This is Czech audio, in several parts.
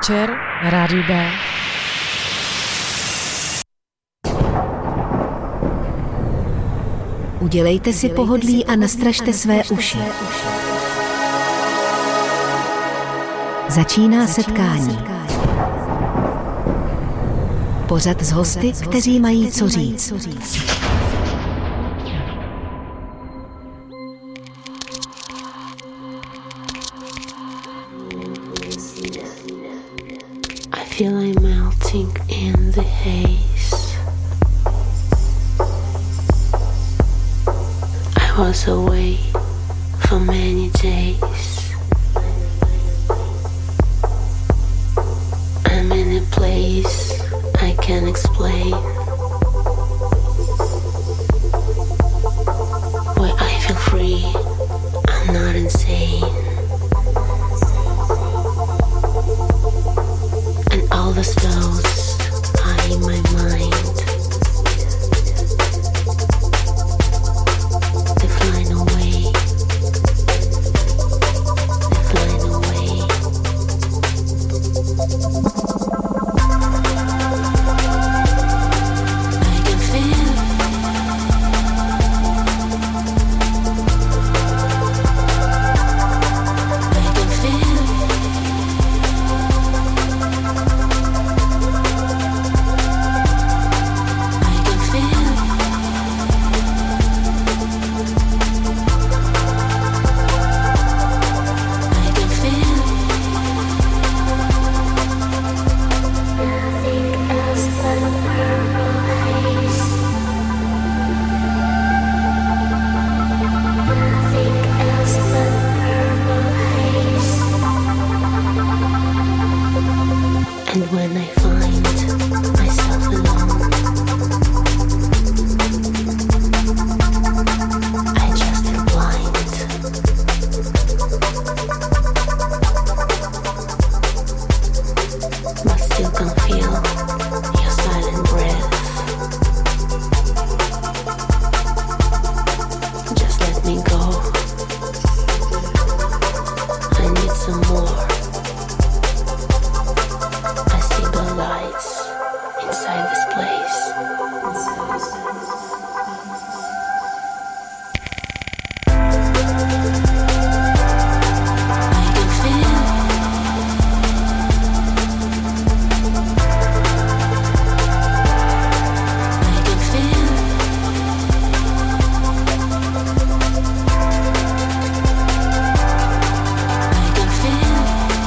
večer na Rádiu B. Udělejte si pohodlí a nastražte své uši. Začíná setkání. Pořad s hosty, kteří mají co říct. I feel I'm melting in the haze. I was away for many days. I'm in a place I can't explain, where I feel free, I'm not insane. And all the thoughts are in my mind. They're flying away. They're flying away. I can feel. I can feel. And when I find myself alone, I just feel blind. But still can feel your silent breath. Just let me go. I need some more. Lights inside this place. I can feel. I can feel. I can feel.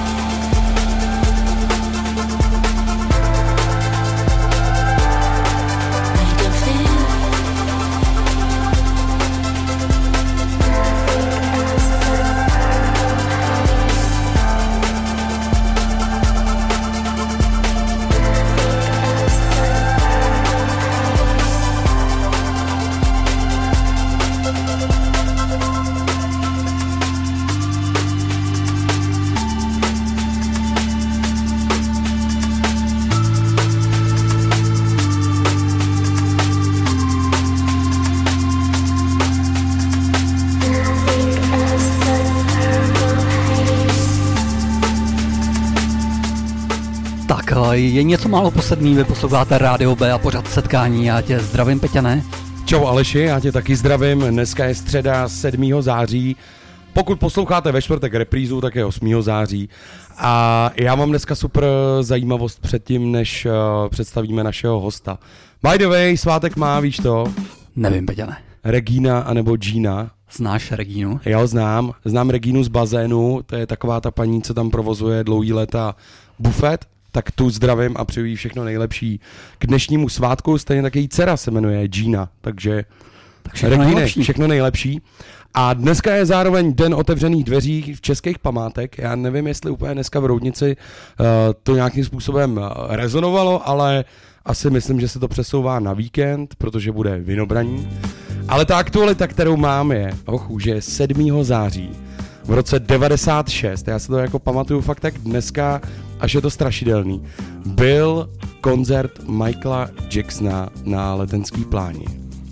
Je něco málo posedmý, vy posloucháte Rádio B a pořad setkání. Já tě zdravím, Peťane. Čau Aleši, já tě taky zdravím. Dneska je středa 7. září. Pokud posloucháte ve čtvrtek reprízu, tak je 8. září. A já mám dneska super zajímavost předtím, než představíme našeho hosta. By the way, svátek má, víš to? Nevím, Peťane. Regína anebo Gina. Znáš Regínu? Jo, znám Regínu z bazénu, to je taková ta paní, co tam provozuje dlouhý léta bufet. Tak tu zdravím a přeju jí všechno nejlepší k dnešnímu svátku. Stejně tak její dcera se jmenuje Gina, takže všechno nejlepší. A dneska je zároveň den otevřených dveří v českých památek. Já nevím, jestli úplně dneska v Roudnici to nějakým způsobem rezonovalo, ale asi myslím, že se to přesouvá na víkend, protože bude vinobraní. Ale ta aktualita, kterou mám je, že je 7. září v roce 96, já si to jako pamatuju fakt tak dneska, až je to strašidelný, byl koncert Michaela Jacksona na Letenský pláni.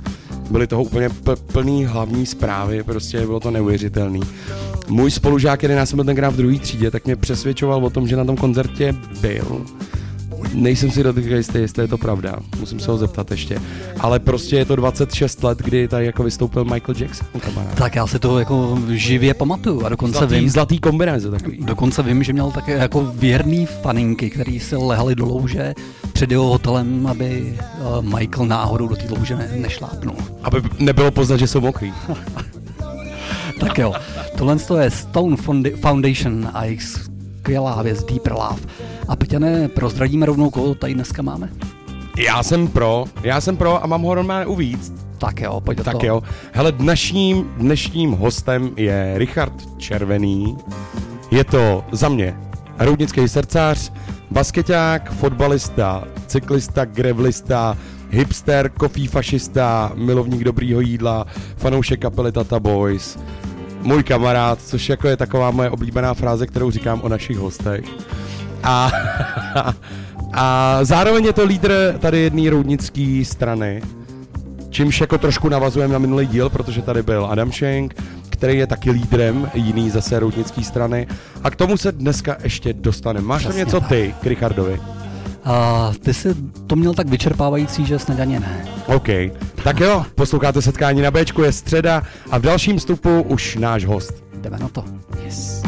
byly toho úplně plný hlavní zprávy, prostě bylo to neuvěřitelný. Můj spolužák, jeden, já jsem byl tenkrát v druhé třídě, tak mě přesvědčoval o tom, že na tom koncertě byl. Nejsem si doteďka jistý, jestli je to pravda, musím se ho zeptat ještě. Ale prostě je to 26 let, kdy tady jako vystoupil Michael Jackson, kamarád. Tak já si to jako živě pamatuju a dokonce Zlatý kombinace takový. Dokonce vím, že měl také jako věrný faninky, který si lehali do louže před jeho hotelem, aby Michael náhodou do té louže nešlápnul. Aby nebylo poznat, že jsou mokrý. Tak jo, tohle je Stone Foundation a jejich skvělá věc Deeper Love. A Peťane, prozradíme rovnou, koho tady dneska máme? Já jsem pro a mám ho normálně uvíct. Tak jo, pojď do toho. Tak jo. Hele, dnešním hostem je Richard Červený. Je to za mě roudnický srdcař, baskeťák, fotbalista, cyklista, grevlista, hipster, kofí fašista, milovník dobrýho jídla, fanoušek kapely Tata Boys, můj kamarád, což jako je taková moje oblíbená fráze, kterou říkám o našich hostech. A zároveň je to lídr tady jedné roudnické strany, čímž jako trošku navazujeme na minulý díl, protože tady byl Adam Schenk, který je taky lídrem jiný zase roudnické strany. A k tomu se dneska ještě dostaneme. Máš tam něco ty k Richardovi? Ty jsi to měl tak vyčerpávající, že snad ani ne. OK. Tak jo, posloucháte Setkání na Bčku, je středa a v dalším vstupu už náš host. Jdeme na to. Yes.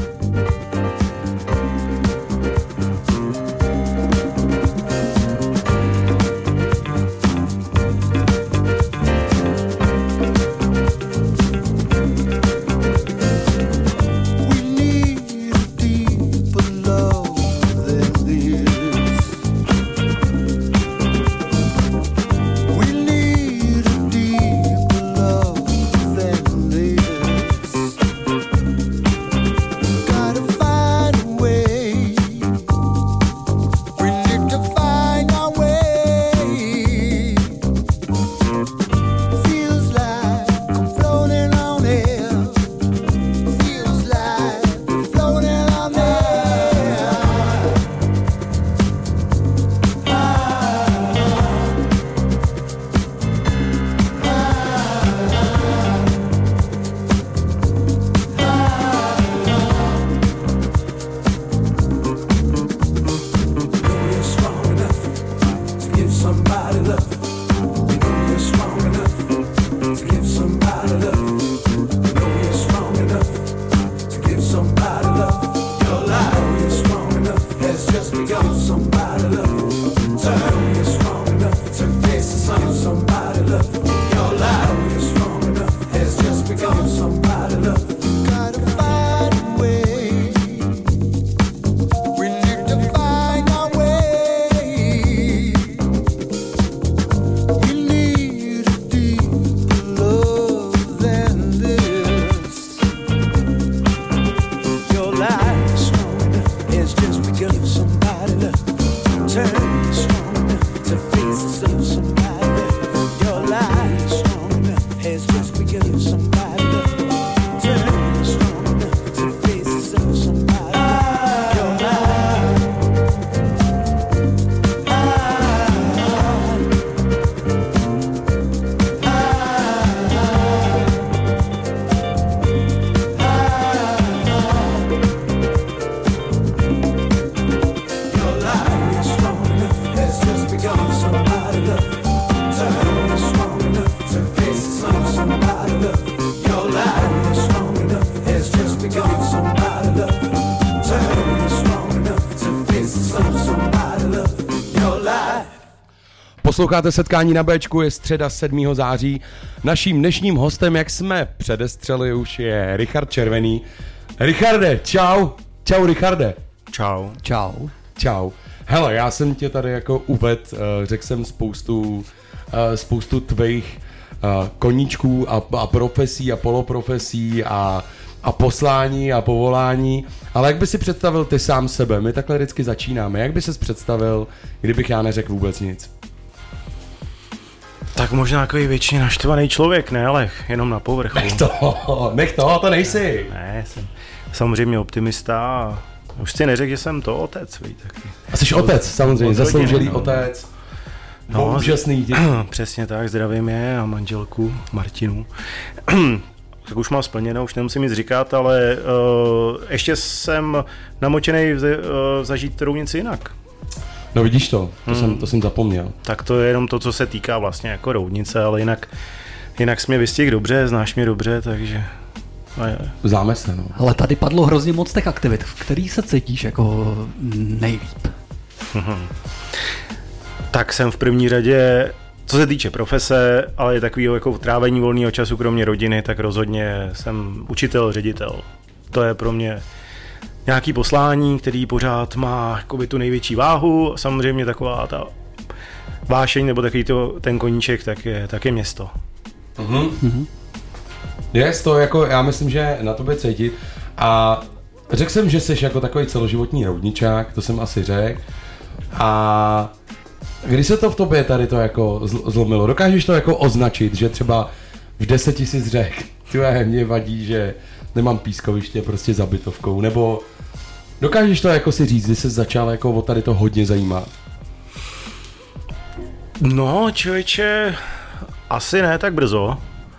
Posloucháte Setkání na Bčku, je středa 7. září. Naším dnešním hostem, jak jsme předestřeli, už je Richard Červený. Richarde, čau. Čau, Richarde. Čau. Čau. Čau. Hele, já jsem tě tady jako uvedl, řekl jsem spoustu tvých koníčků a profesí a poloprofesí a poslání a povolání, ale jak by si představil ty sám sebe? My takhle vždycky začínáme. Jak by ses představil, kdybych já neřekl vůbec nic? Tak možná takový většině naštvaný člověk, ne, ale jenom na povrchu. Nech to nejsi. Ne, jsem samozřejmě optimista a už si neřekl, že jsem to otec, víš, taky. A jsi otec, samozřejmě, zasloužilý otec. No, úžasný. Přesně tak, zdravím je a manželku Martinu. Tak už mám splněno, už nemusím nic říkat, ale ještě jsem namočený zažít roudnici jinak. No vidíš to jsem zapomněl. Tak to je jenom to, co se týká vlastně jako roudnice, ale jinak jsi mě vystihl dobře, znáš mě dobře, takže... Známe se, no. Ale tady padlo hrozně moc těch aktivit, v kterých se cítíš jako nejlíp? Tak jsem v první řadě, co se týče profese, ale i takového jako trávení volného času kromě rodiny, tak rozhodně jsem učitel, ředitel. To je pro mě nějaký poslání, který pořád má jakoby tu největší váhu. Samozřejmě taková ta vášeň nebo takový ten koníček, tak je město. Jest to jako, já myslím, že na tobě cítit a řekl jsem, že jsi jako takový celoživotní roudničák, to jsem asi řekl. A když se to v tobě tady to jako zlomilo, dokážeš to jako označit, že třeba v 10 000 řekl, tyhle mě vadí, že nemám pískoviště prostě za bytovkou, nebo dokážeš to jako si říct, kdy jsi začal jako o tady to hodně zajímat? No, člověče, asi ne tak brzo.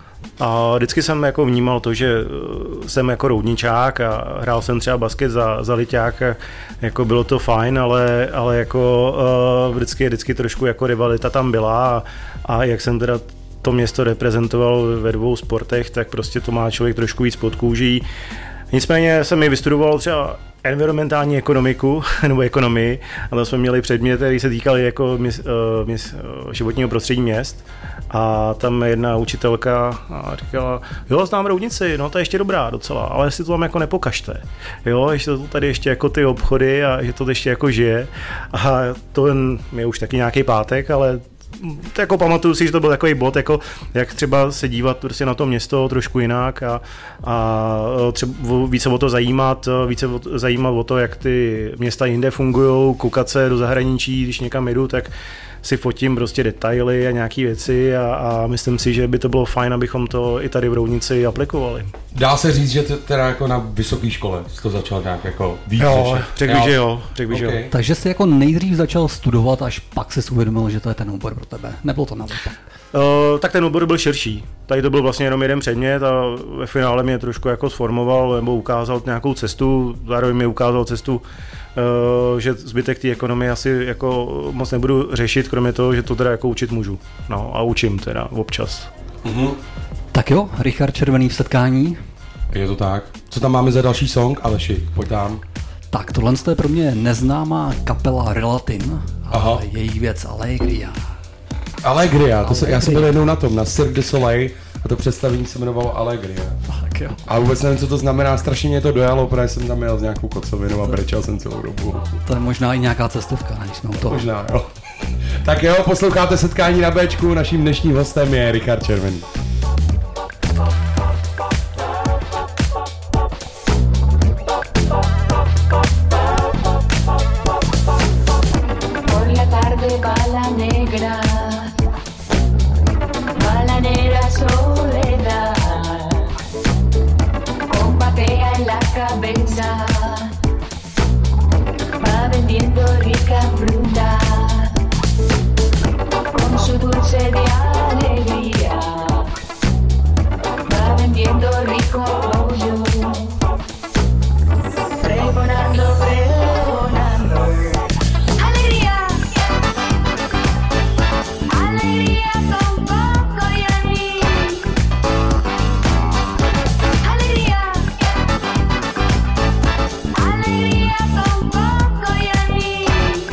A vždycky jsem jako vnímal to, že jsem jako roudničák a hrál jsem třeba basket za liťák a jako bylo to fajn, ale jako vždycky trošku jako rivalita tam byla a jak jsem teda to město reprezentoval ve 2 sportech, tak prostě to má člověk trošku víc pod kůží. Nicméně jsem i vystudoval třeba environmentální ekonomiku nebo ekonomii a tam jsme měli předmět, který se týkal jako životního prostředí měst a tam jedna učitelka říkala, jo, znám roudnici, no to je ještě dobrá docela, ale jestli to tam jako nepokažte, jo, ještě to tady ještě jako ty obchody a že to ještě jako žije a to je už taky nějaký pátek, ale to jako pamatuju si, že to byl takový bod, jako jak třeba se dívat prostě na to město trošku jinak a třeba více o to zajímat o to, jak ty města jinde fungujou, koukat se do zahraničí, když někam jdu, tak si fotím prostě detaily a nějaký věci a myslím si, že by to bylo fajn, abychom to i tady v Roudnici aplikovali. Dá se říct, že teda jako na vysoké škole jsi to začal nějak jako víc řekl bych, že jo. Takže jsi jako nejdřív začal studovat, až pak jsi uvědomil, že to je ten obor pro tebe. Nebylo to naopak? Tak ten obor byl širší. Tady to byl vlastně jenom jeden předmět a ve finále mě trošku jako sformoval nebo ukázal nějakou cestu, zároveň mi ukázal cestu, že zbytek té ekonomie asi jako moc nebudu řešit, kromě toho, že to teda jako učit můžu. No a učím teda občas. Tak jo, Richard Červený v setkání. Je to tak. Co tam máme za další song, Aleši? Pojď tam. Tak tohle je pro mě neznámá kapela Relatin a její věc Allegria. Allegria, já jsem byl jednou na tom, na Cirque du Soleil a to představení se jmenovalo Allegria. Tak jo. A vůbec nevím, co to znamená, strašně mě to dojalo, protože jsem tam jel s nějakou kocovinou a brečel jsem celou dobu. To je možná i nějaká cestovka, než jsme u toho. Možná, jo. Tak jo, posloucháte Setkání na Bčku, naším dnešním hostem je Richard Červený. Va vendiendo rica fruta con su dulce de alegría. Va vendiendo rico pollo, pregonando, pregonando. Alegría, alegría con coco y anís. Alegría, alegría con coco y anís.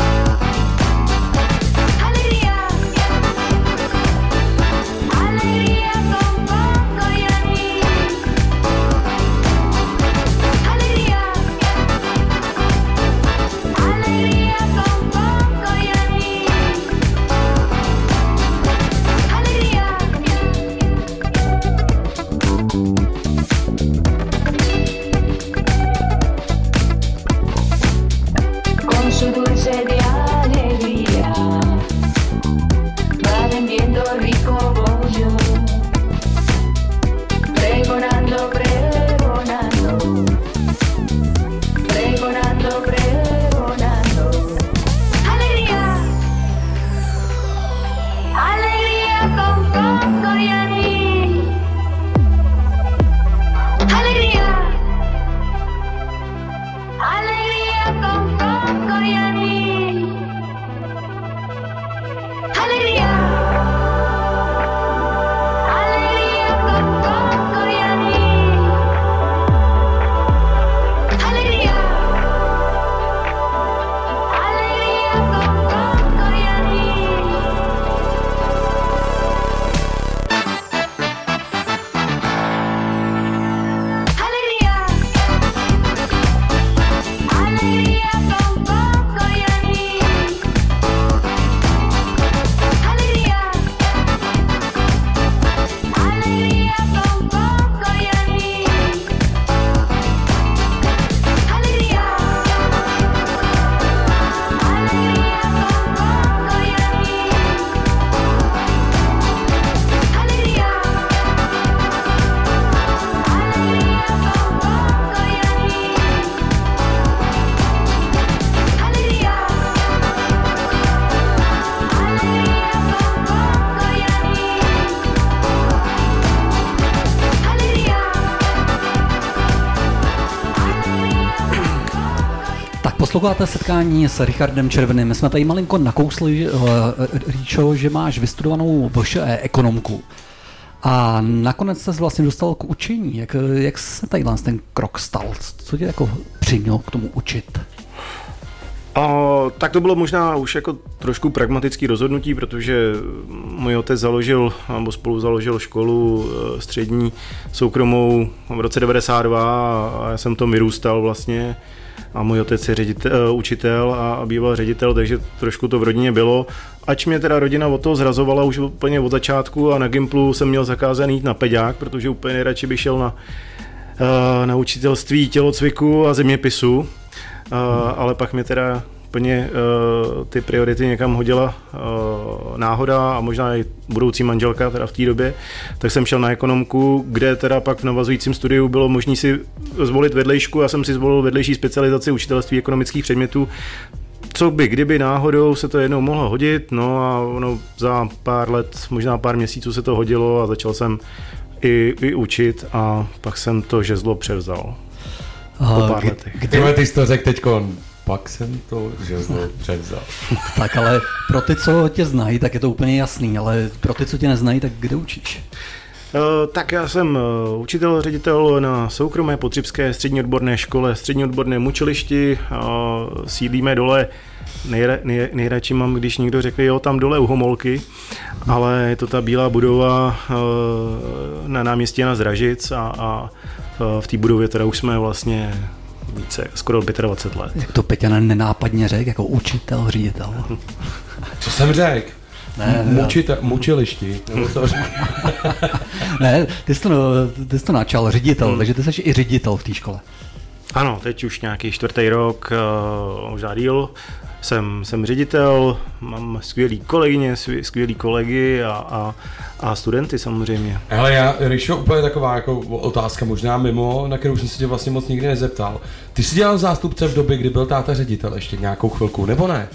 Alegría, alegría con coco y anís. Posloucháte setkání s Richardem Červeným. My jsme tady malinko nakousli, Ríčo, že máš vystudovanou VŠE ekonomku. A nakonec se vlastně dostal k učení. Jak se tady ten krok stal? Co tě jako přimělo k tomu učit? Tak to bylo možná už jako trošku pragmatický rozhodnutí, protože můj otec založil, nebo spolu založil školu střední soukromou v roce 92 a já jsem to vyrůstal vlastně. A můj otec je učitel a býval ředitel, takže trošku to v rodině bylo. Ač mě teda rodina od toho zrazovala už úplně od začátku a na Gimplu jsem měl zakázaný jít na peďák, protože úplně nejradši bych šel na učitelství tělocviku a zeměpisu. Ale pak mě teda úplně ty priority někam hodila náhoda a možná i budoucí manželka teda v té době, tak jsem šel na ekonomku, kde teda pak v navazujícím studiu bylo možné si zvolit vedlejšku. Já jsem si zvolil vedlejší specializaci učitelství ekonomických předmětů, co by kdyby náhodou se to jednou mohlo hodit, no a ono za pár let, možná pár měsíců se to hodilo a začal jsem i učit a pak jsem to žezlo převzal. Po pár letech. Ty jsi to řekl teďko, pak jsem to žezlo převzal. Tak ale pro ty, co tě znají, tak je to úplně jasný, ale pro ty, co tě neznají, tak kde učíš? Tak já jsem učitel, ředitel na soukromé potřebské střední odborné škole, střední odborném učilišti, sídlíme dole, nejradši mám, když někdo řekne, jo, tam dole u Homolky, ale je to ta bílá budova na náměstí Jana z Dražic a v té budově teda už jsme vlastně více, skoro 25 let. Jak to Peťa nenápadně řekl, jako učitel, ředitel. Co jsem řekl? Mučilišti. Ne, ty jsi to načal, ředitel, takže ty jsi i ředitel v té škole. Ano, teď už nějaký 4. rok, možná díl. Jsem ředitel, mám skvělý kolegyně, skvělý kolegy a studenty samozřejmě. Hele, já, Ríšo, úplně taková jako otázka možná mimo, na kterou jsem se tě vlastně moc nikdy nezeptal. Ty jsi dělal zástupce v době, kdy byl táta ředitel ještě nějakou chvilku, nebo ne?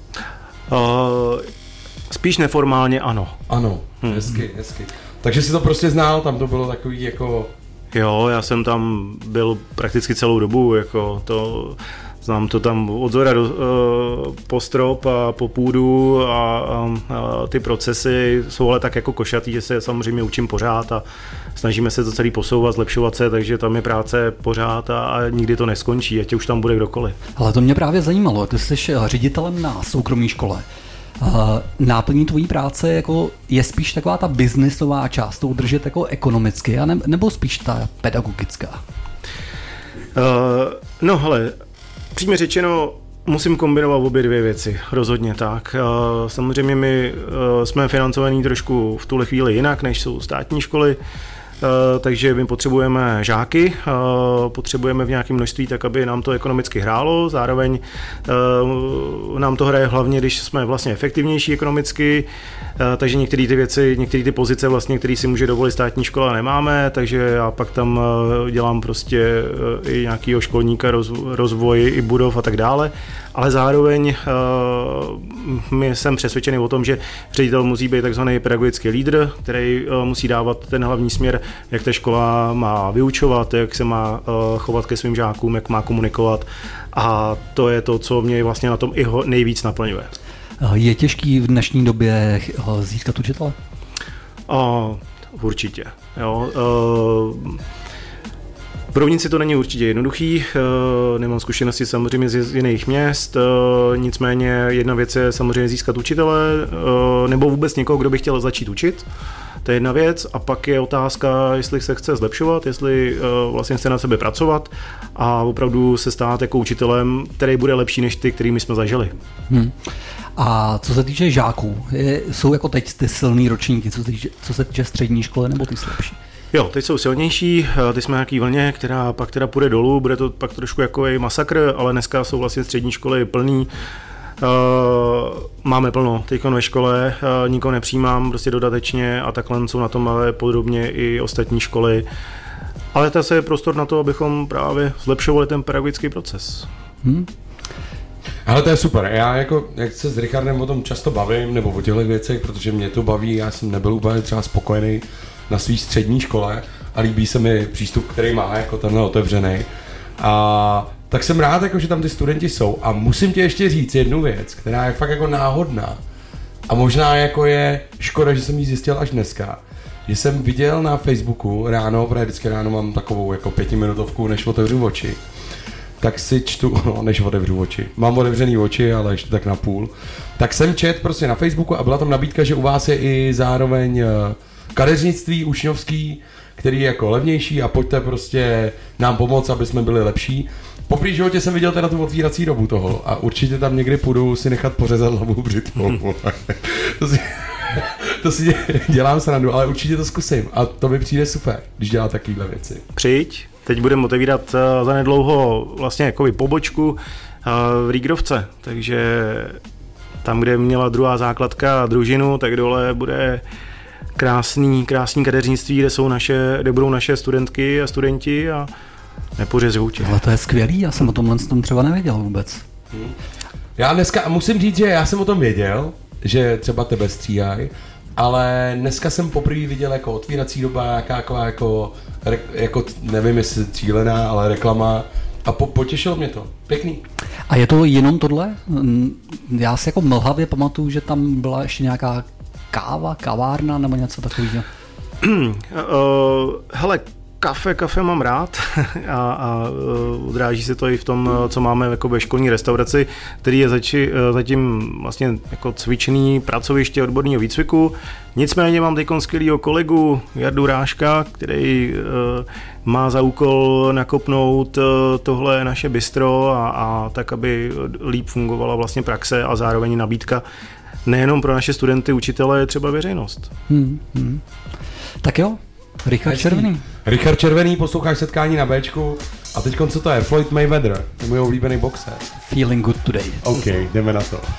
Spíš neformálně ano. Ano, hezky. Takže jsi to prostě znal, tam to bylo takový jako... Jo, já jsem tam byl prakticky celou dobu, jako to... Znám to tam od zora po strop a po půdu a ty procesy jsou ale tak jako košatý, že se samozřejmě učím pořád a snažíme se to celý posouvat, zlepšovat se, takže tam je práce pořád a nikdy to neskončí, ať už tam bude kdokoliv. Ale to mě právě zajímalo, ty jsi ředitelem na soukromé škole. Náplní tvojí práce jako je spíš taková ta biznisová část, to udržet jako ekonomicky, nebo spíš ta pedagogická? No hele, přímě řečeno, musím kombinovat obě dvě věci, rozhodně tak. Samozřejmě my jsme financovaní trošku v tuhle chvíli jinak, než jsou státní školy, takže my potřebujeme žáky, potřebujeme v nějakém množství tak, aby nám to ekonomicky hrálo, zároveň nám to hraje hlavně, když jsme vlastně efektivnější ekonomicky, takže některé ty věci, některé ty pozice vlastně, které si může dovolit státní škola, nemáme, takže já pak tam dělám prostě i nějakýho školníka, rozvoj i budov a tak dále, ale zároveň jsem přesvědčený o tom, že ředitel musí být takzvaný pedagogický lídr, který musí dávat ten hlavní směr, jak ta škola má vyučovat, jak se má chovat ke svým žákům, jak má komunikovat a to je to, co mě vlastně na tom i nejvíc naplňuje. Je těžký v dnešní době získat učitele? Určitě. Jo. V Roudnici to není určitě jednoduchý, nemám zkušenosti samozřejmě z jiných měst, nicméně jedna věc je samozřejmě získat učitele nebo vůbec někoho, kdo by chtěl začít učit. To je jedna věc a pak je otázka, jestli se chce zlepšovat, jestli vlastně chce na sebe pracovat a opravdu se stát jako učitelem, který bude lepší než ty, kterými jsme zažili. A co se týče žáků, jsou jako teď ty silný ročníky, co se týče střední školy, nebo ty slabší? Jo, teď jsou silnější, teď jsme na nějaký vlně, která pak teda půjde dolů, bude to pak trošku jako i masakr, ale dneska jsou vlastně střední školy plný. Máme plno teď ve škole, nikoho nepřijímám prostě dodatečně a takhle jsou na tom ale podrobně i ostatní školy. Ale to je prostor na to, abychom právě zlepšovali ten pedagogický proces. Ale to je super, já jako, jak se s Richardem o tom často bavím, nebo o těchto věcech, protože mě to baví, já jsem nebyl úplně třeba spokojený na své střední škole a líbí se mi přístup, který má jako tenhle otevřený. A tak jsem rád, jako, že tam ty studenti jsou. A musím ti ještě říct jednu věc, která je fakt jako náhodná. A možná jako je škoda, že jsem ji zjistil až dneska. Že jsem viděl na Facebooku ráno, protože vždycky ráno mám takovou jako 5minutovku, než otevřu oči. Tak si čtu, než otevřu oči. Mám otevřený oči, ale ještě tak na půl. Tak jsem čet prostě na Facebooku a byla tam nabídka, že u vás je i zároveň kadeřnictví učňovský, který je jako levnější a pojďte prostě nám pomoct, aby jsme byli lepší. Po prý životě jsem viděl teda tu otvírací dobu toho a určitě tam někdy půjdu si nechat pořezat hlavu břitvou. To si dělám srandu, ale určitě to zkusím a to mi přijde super, když dělá takovýhle věci. Přijď, teď budeme otevírat za nedlouho vlastně jakoby pobočku v Rígrovce, takže tam, kde měla druhá základka družinu, tak dole bude krásný kadeřnictví, kde budou naše studentky a studenti a nepořezou tě. Ale to je skvělý, já jsem o tomhle třeba nevěděl vůbec. Já dneska musím říct, že já jsem o tom věděl, že třeba tebe stříhají, ale dneska jsem poprvé viděl jako otvírací doba, jaká jako nevím jestli cílená, ale reklama a potěšilo mě to. Pěkný. A je to jenom tohle? Já si jako mlhavě pamatuju, že tam byla ještě nějaká kavárna nebo něco takového. Hele, kafe mám rád a odráží se to i v tom, co máme jako ve školní restauraci, který je zatím vlastně jako cvičný pracoviště odborného výcviku. Nicméně mám teď skvělýho kolegu Jardu Ráška, který má za úkol nakopnout tohle naše bistro a tak, aby líp fungovala vlastně praxe a zároveň nabídka nejenom pro naše studenty, učitele, třeba veřejnost. Tak jo, Richard Červený. Richard Červený, posloucháš Setkání na Bčku a teď co to je? Floyd Mayweather, to je můj oblíbený boxer. Feeling good today. OK, jdeme na to.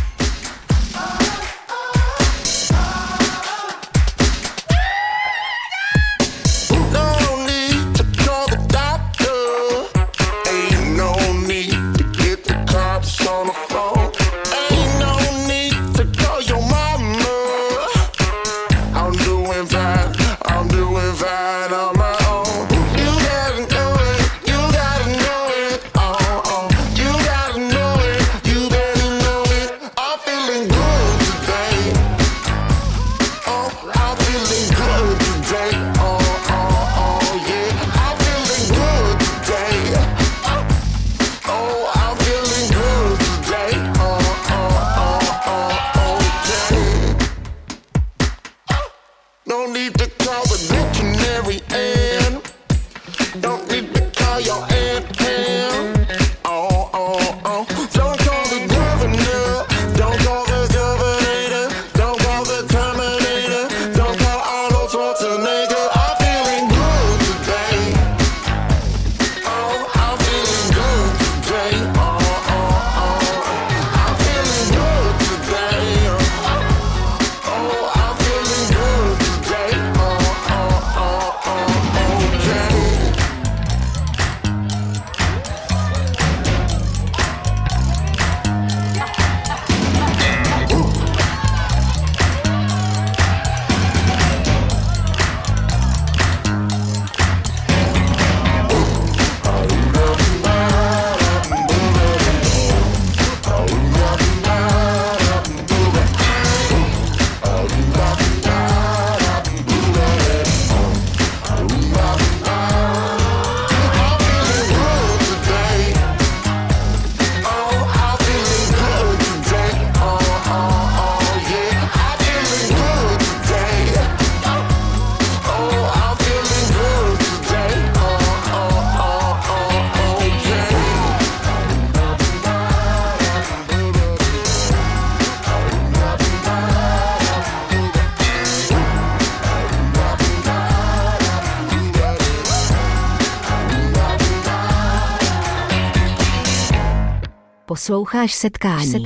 Posloucháš setkání.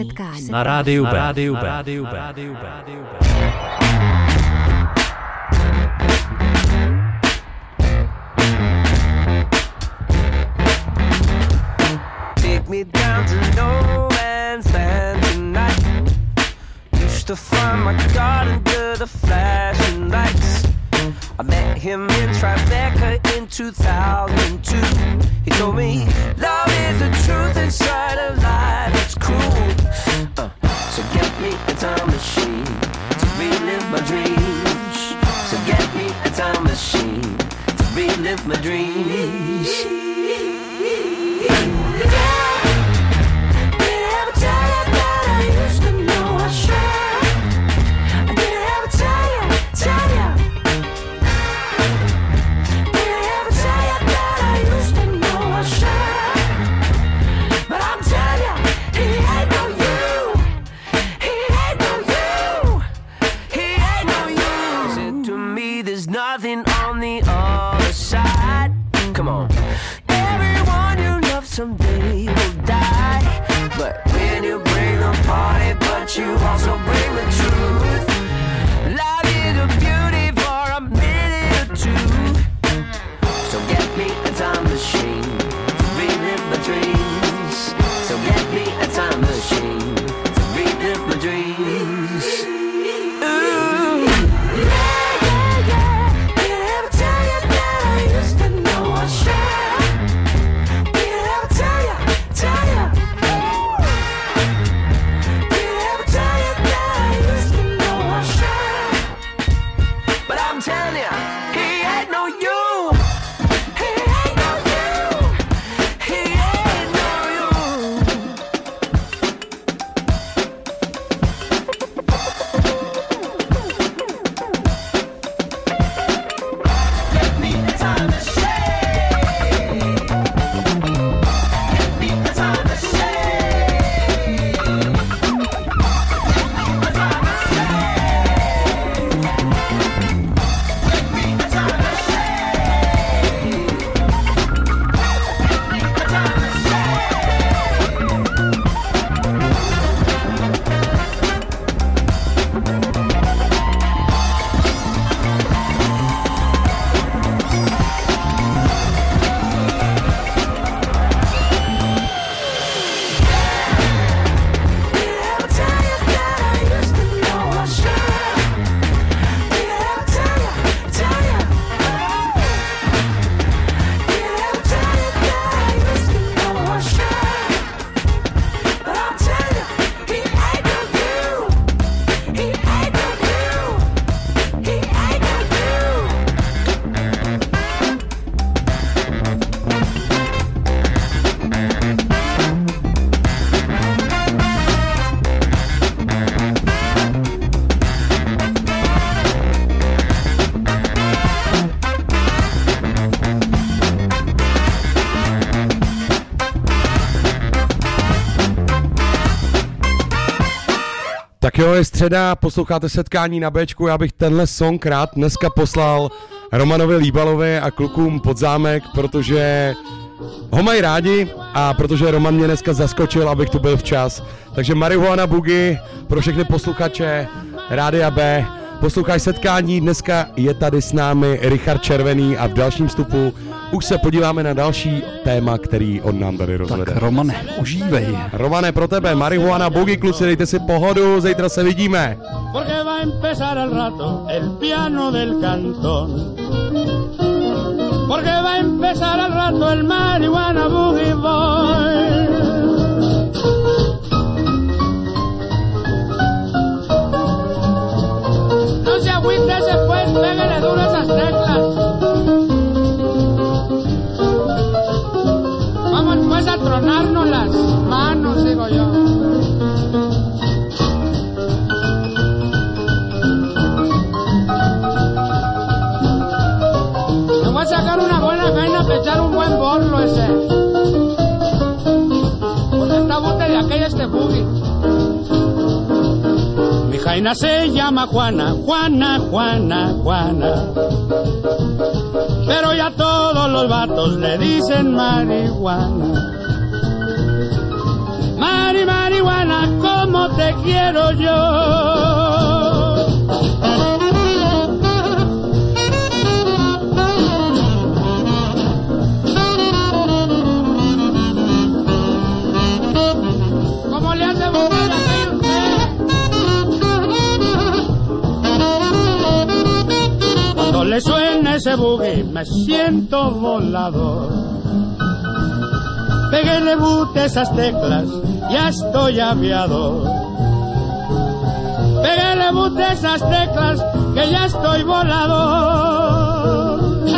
Na rádiu B. Take me down to no man's land tonight. Used to find my God under the flashing lights. I met met him in Tribeca in 2002. He told me, love is the truth inside of life, it's cruel. So get me a time machine to relive my dreams. So get me a time machine to relive my dreams. Nothing on the other side. Come on. Everyone you love someday will die. But when you bring the party, but you also bring the truth. Love is a beauty for a minute or two. So get me a time machine to relive my dreams. So get me a time machine to relive my dreams. Ooh. Tak jo, je středa, posloucháte Setkání na Bčku, já bych tenhle song rád dneska poslal Romanovi Líbalovi a klukům pod zámek, protože ho mají rádi a protože Roman mě dneska zaskočil, abych tu byl včas. Takže Marihuana Boogie pro všechny posluchače Rádia B. Poslouchaj Setkání, dneska je tady s námi Richard Červený a v dalším vstupu už se podíváme na další téma, který on nám tady rozvede. Tak Romane, užívej. Romane, pro tebe, Marihuana Boogie, kluci, dejte si pohodu, zítra se vidíme. Porque va a empezar al rato el piano del cantón. Porque va a empezar al rato el Marihuana Boogie Boy. No se agüite, se pues, pégale duro esas teclas. Vamos pues a tronarnos las manos, digo yo. Me voy a sacar una buena caña para echar un buen borlo ese. Porque esta bota de aquella boogie. Mi jaina se llama Juana, Juana, Juana, Juana. Pero ya todos los vatos le dicen marihuana. Mari, marihuana, como te quiero yo. ¿Cómo le hace buscar ahí usted? Cuando le suene ese buggy me siento volador. Péguele boot a esas teclas, ya estoy aviador. Péguele boot a esas teclas, que ya estoy volador.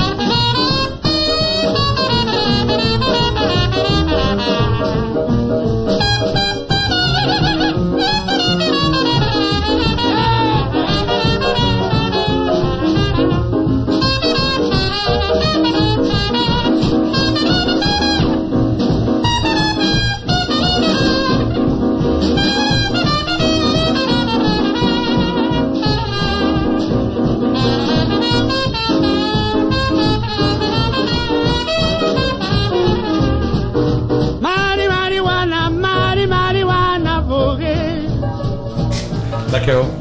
Tak jo.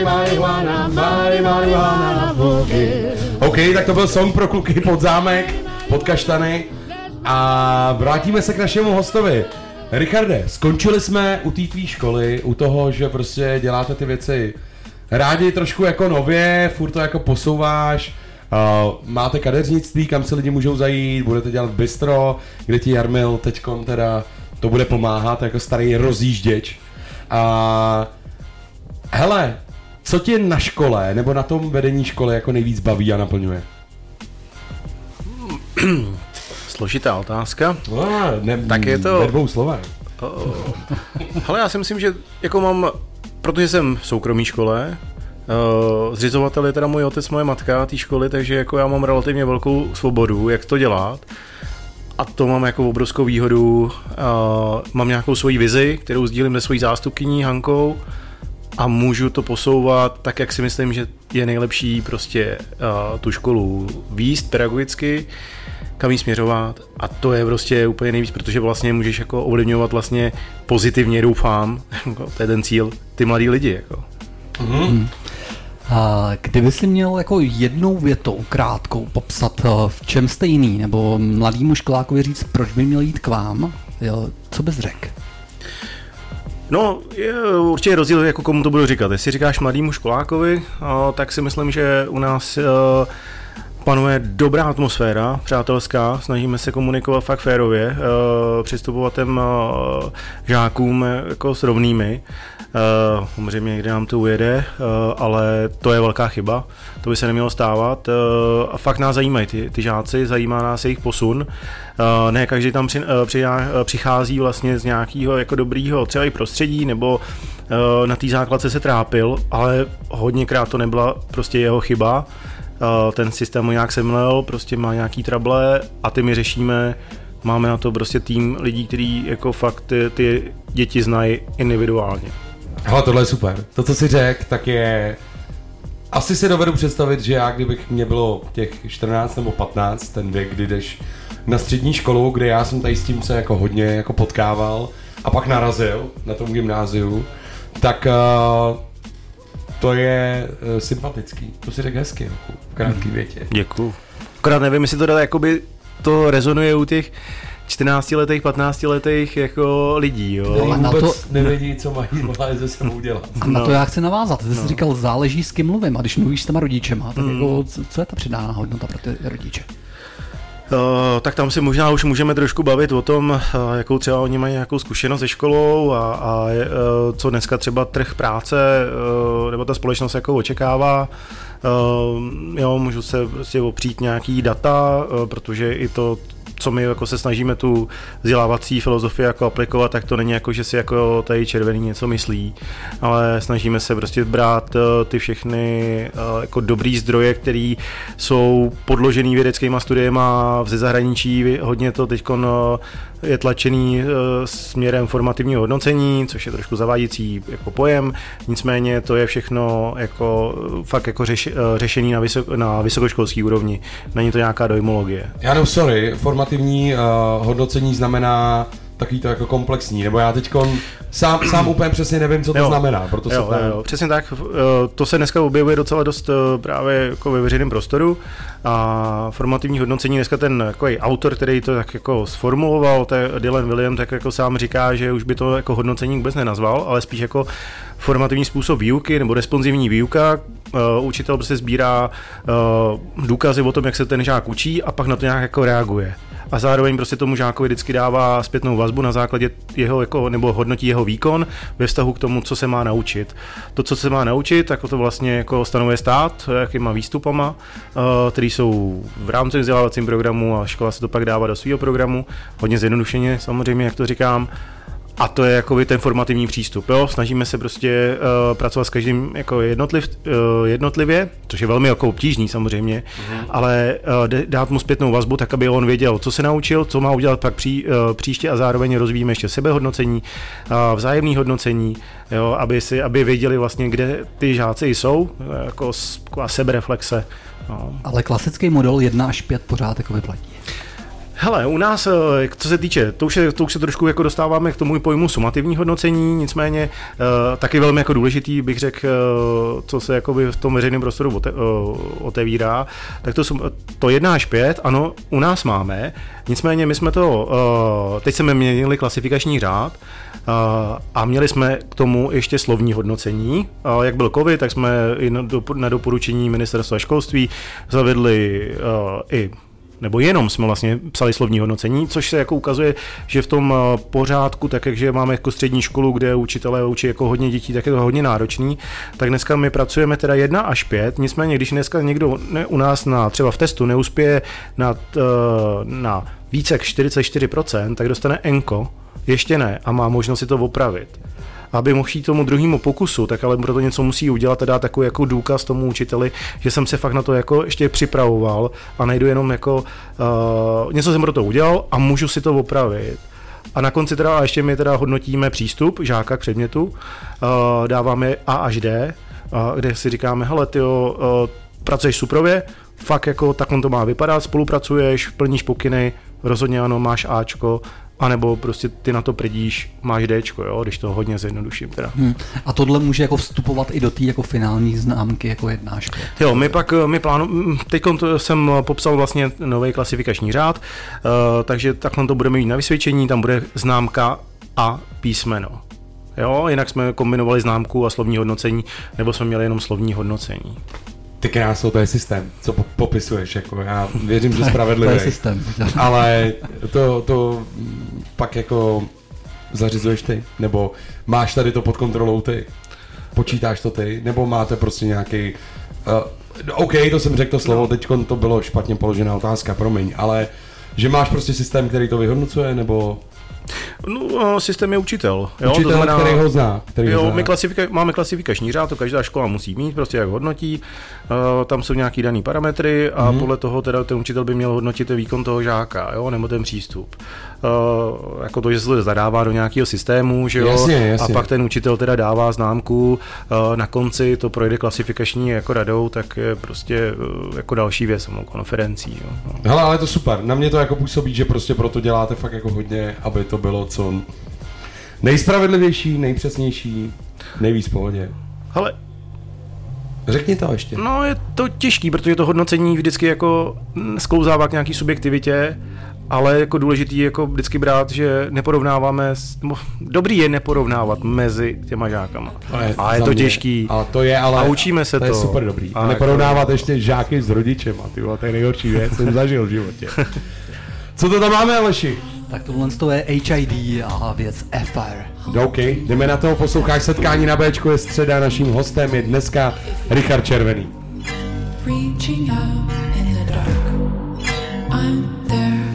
OK, tak to byl song pro kluky pod zámek, pod kaštany. A vrátíme se k našemu hostovi. Richarde, skončili jsme u té tvý školy, u toho, že prostě děláte ty věci rádi trošku jako nově, furt to jako posouváš. Máte kadeřnictví, kam se lidi můžou zajít, budete dělat bistro, kde ti Jarmil teďkon teda to bude pomáhat jako starý rozjížděč. Hele, co tě na škole nebo na tom vedení školy jako nejvíc baví a naplňuje? Složitá otázka. Tak je to ve dvou slovech. Hele, já si myslím, že jako mám, protože jsem v soukromé škole, zřizovatel je teda můj otec, moje matka té školy, takže jako já mám relativně velkou svobodu, jak to dělat. A to mám jako obrovskou výhodu. Mám nějakou svoji vizi, kterou sdílím se svojí zástupkyní Hankou a můžu to posouvat tak, jak si myslím, že je nejlepší prostě tu školu vést pedagogicky, kam jí směřovat, a to je prostě úplně nejvíc, protože vlastně můžeš jako ovlivňovat vlastně pozitivně, doufám, to je ten cíl, ty mladý lidi jako. A kdyby si měl jako jednou větou krátkou popsat, v čem jste jiný, nebo mladýmu školákovi říct, proč by měl jít k vám, jo, co bys řekl? No, je určitě rozdíl, jako komu to budu říkat. Jestli říkáš mladýmu školákovi, tak si myslím, že u nás panuje dobrá atmosféra, přátelská, snažíme se komunikovat fakt férově, přistupovat těm žákům jako s rovnými. Samozřejmě někde nám to ujede, ale to je velká chyba, to by se nemělo stávat. A fakt nás zajímají ty žáci, zajímá nás jejich posun. Ne každý tam přichází vlastně z nějakého jako dobrýho třeba i prostředí, nebo na té základce se trápil, ale hodněkrát to nebyla prostě jeho chyba. Ten systém ho nějak semlel, prostě má nějaký trable a ty my řešíme. Máme na to prostě tým lidí, kteří jako fakt ty děti znají individuálně. Hele, tohle je super. To, co jsi řekl, tak je... Asi si dovedu představit, že já, kdybych mě bylo těch 14 nebo 15, ten věk, kdy jdeš na střední školu, kde já jsem tady s tím se jako hodně jako potkával a pak narazil na tom gymnáziu, tak to je sympatický. To si řekl hezky, jako v krátký větě. Děkuju. Akorát nevím, jestli to dá, jakoby to rezonuje u těch 14letých, 15letých jako lidí, jo. A na to nevědí, co mají se sebou dělat. A na to já chci navázat. Ty jsi říkal, záleží s kým mluvím, a když mluvíš s těma rodičema, tak jako, co je ta přidána hodnota pro ty rodiče? Tak tam si možná už můžeme trošku bavit o tom, jakou třeba oni mají nějakou zkušenost se školou a co dneska třeba trh práce nebo ta společnost jako očekává. Jo, můžu se prostě opřít nějaký data, protože i to, co my jako se snažíme tu vzdělávací filozofii jako aplikovat, tak to není jako, že si jako tady červený něco myslí, ale snažíme se prostě brát ty všechny jako dobrý zdroje, které jsou podložený vědeckýma studiema ze zahraničí. Hodně to teďkon je tlačený směrem formativního hodnocení, což je trošku zavádějící jako pojem, nicméně to je všechno jako fakt jako řešený na vysokoškolský úrovni. Není to nějaká dojmologie. Já no, sorry, formativní hodnocení znamená takový to jako komplexní, nebo já teďkon sám úplně přesně nevím, co to znamená, proto se jo, přesně tak, to se dneska objevuje docela dost právě jako ve veřejném prostoru a formativní hodnocení, dneska ten jako autor, který to tak jako sformuloval, Dylan William, tak jako sám říká, že už by to jako hodnocení vůbec nenazval, ale spíš jako formativní způsob výuky nebo responsivní výuka. Učitel prostě sbírá důkazy o tom, jak se ten žák učí a pak na to nějak jako reaguje. A zároveň prostě tomu žákovi vždycky dává zpětnou vazbu na základě jeho jako, nebo hodnotí jeho výkon ve vztahu k tomu, co se má naučit. To, co se má naučit, tak to vlastně jako stanovuje stát, jakýma výstupama, který jsou v rámci vzdělávacím programu a škola se to pak dává do svého programu, hodně zjednodušeně samozřejmě, jak to říkám. A to je jakoby ten formativní přístup. Jo? Snažíme se prostě pracovat s každým jako jednotlivě, což je velmi jako obtížný samozřejmě, ale dát mu zpětnou vazbu, tak aby on věděl, co se naučil, co má udělat pak příště a zároveň rozvíjíme ještě sebehodnocení, vzájemné hodnocení, jo? Aby věděli vlastně, kde ty žáci jsou, jako sebereflexe. No. Ale klasický model 1 až 5 pořád jako vyplatí. Hele, u nás, co se týče, to už se trošku jako dostáváme k tomu pojmu sumativní hodnocení, nicméně taky velmi jako důležitý, bych řekl, co se jakoby v tom veřejném prostoru otevírá, tak to 1 až 5, ano, u nás máme, nicméně my jsme to, teď jsme měnili klasifikační řád, a měli jsme k tomu ještě slovní hodnocení. Jak byl covid, tak jsme i na doporučení ministerstva školství zavedli nebo jenom jsme vlastně psali slovní hodnocení, což se jako ukazuje, že v tom pořádku, tak jakže máme jako střední školu, kde učitelé učí jako hodně dětí, tak je to hodně náročný, tak dneska my pracujeme teda 1 až 5, nicméně když dneska někdo u nás třeba v testu neuspěje na více jak 44%, tak dostane enko, ještě ne, a má možnost si to opravit. Aby mohl jít tomu druhému pokusu, tak ale proto něco musí udělat a dát takový jako důkaz tomu učiteli, že jsem se fakt na to jako ještě připravoval a nejdu jenom jako něco jsem pro to udělal a můžu si to opravit. A na konci teda ještě my teda hodnotíme přístup žáka k předmětu, dáváme A až D, kde si říkáme, hele tyjo, pracuješ suprově, fakt jako takhle to má vypadat, spolupracuješ, plníš pokyny, rozhodně ano, máš Ačko, anebo prostě ty na to prdíš, máš Dčko, jo, když to hodně zjednoduším teda. A tohle může jako vstupovat i do té jako finální známky jako 1 až 5. Jo, my plánujeme, teď jsem popsal vlastně nový klasifikační řád, takže takhle to budeme mít na vysvědčení, tam bude známka a písmeno. Jo, jinak jsme kombinovali známku a slovní hodnocení, nebo jsme měli jenom slovní hodnocení. Ty krásou, to je systém, co popisuješ, jako já věřím, že spravedlivý. To je systém. Ale to pak jako zařizuješ ty, nebo máš tady to pod kontrolou ty, počítáš to ty, nebo máte prostě nějaký, OK, to jsem řekl to slovo, teď to bylo špatně položená otázka, promiň, ale že máš prostě systém, který to vyhodnocuje, nebo... No, systém je učitel. Jo? Učitel, to znamená, který ho zná. My máme klasifikační řád, to každá škola musí mít, prostě jak hodnotí. Tam jsou nějaký daný parametry a podle toho teda ten učitel by měl hodnotit výkon toho žáka, jo? Nebo ten přístup. Jako to, že se to zadává do nějakého systému, že jo? Jasně. A pak ten učitel teda dává známku, na konci to projde klasifikační jako radou, tak je prostě jako další věc, samou konferencí. Jo? Hele, ale to super. Na mě to jako působí, že prostě proto děláte fakt jako hodně, aby to bylo co nejspravedlivější, nejpřesnější, nejvíc v pohodě. Hele, řekni to ještě. No, je to těžký, protože to hodnocení vždycky jako sklouzává k nějaký subjektivitě, ale jako důležitý je jako vždycky brát, že neporovnáváme, dobrý je neporovnávat mezi těma žákama. A je to těžký. Ale to je, ale a učíme se to je super dobrý. A neporovnávat ještě žáky s rodičema, ty vole, to je nejhorší věc, jsem zažil v životě. Co to tam máme, Aleši? Tak tohle je HID a věc FR. OK, jdeme na to, posloucháš Setkání na Bčku, je středa, naším hostem je dneska Richard Červený. Reaching out in the dark, I'm there.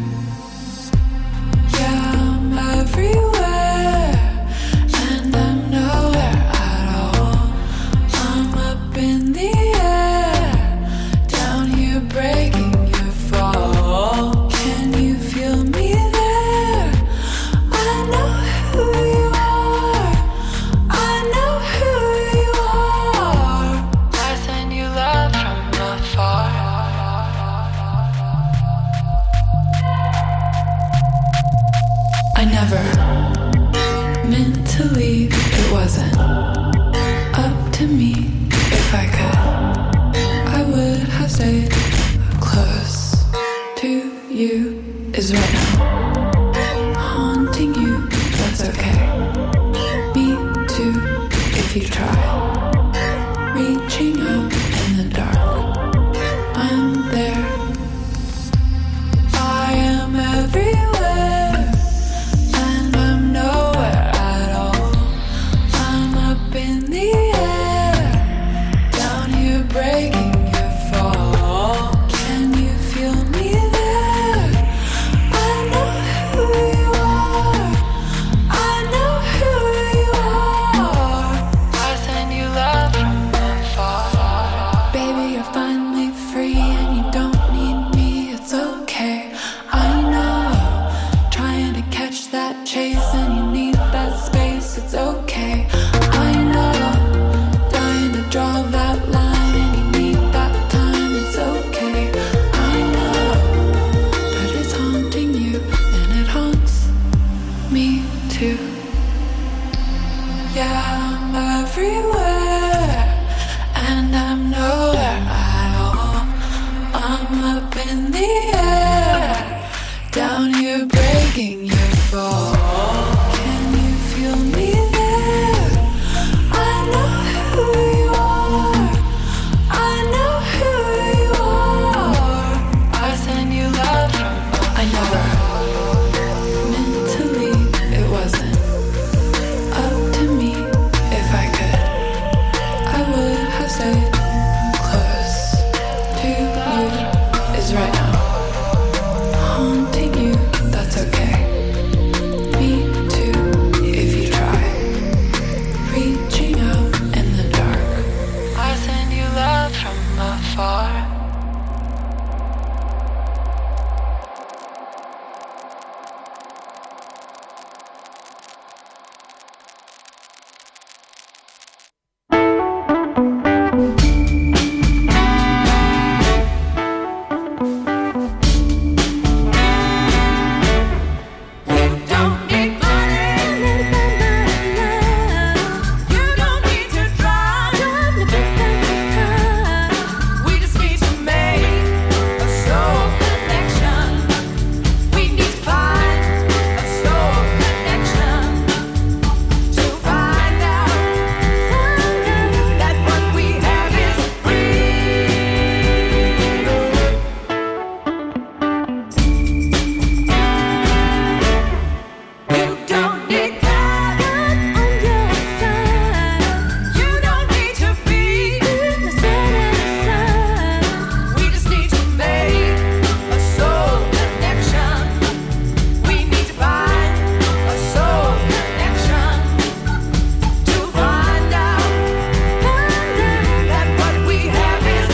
Yeah, I'm everywhere, and I'm nowhere at all. I'm up in the air, down here breaking your fall. Can you feel me there? I know who you are, I know who you are. I send you love from afar. never meant to leave. It wasn't up to me. If I could, I would have stayed. Close to you is right now haunting you. That's okay. Me too, if you try. Reaching out in the dark, I'm there. I am everywhere, and I'm nowhere at all. I'm up in the air, down here breaking your fall. Can you feel me there? I know who you are. I know who you are. I send you love from afar. Baby, you're finally free and you don't need me. It's okay. I know. Trying to catch that chase and you need that space. It's okay. I know. Dying to draw that line and you need that time. It's okay. I know. But it's haunting you and it haunts me too. Yeah, I'm everywhere and I'm nowhere at all. I'm up in the air, down here breaking your fall. Can you feel me there? I know who you are. I know who you are. I send you love from I never meant to leave. It wasn't up to me. If I could, I would have stayed. Close to you is right now haunting you. That's okay. Me too, if you try. Reaching out in the dark, I send you love from afar. Don't need money. You don't need to drive. We just need to make a soul connection. We need to find a soul connection to find out that what we have is You don't need God on your side. You don't need to be the side. We just need to make a soul connection. We need to find a soul connection to find out that what we have is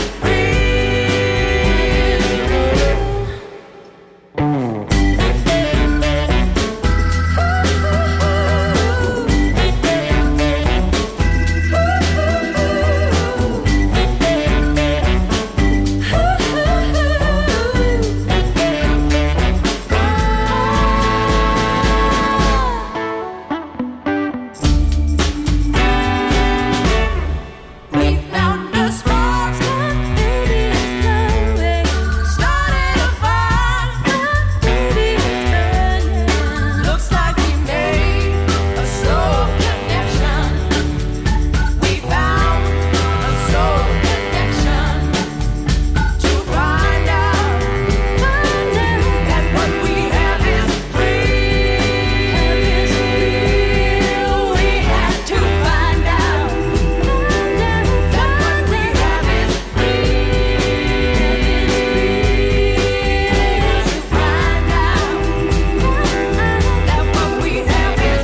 We found a small spot, baby, it's glowing. Started a fire, baby, it's burning. Looks like we made a soul connection. We found a soul connection to find out that what we have is real. We have to find out that what we have is to find out that what we have is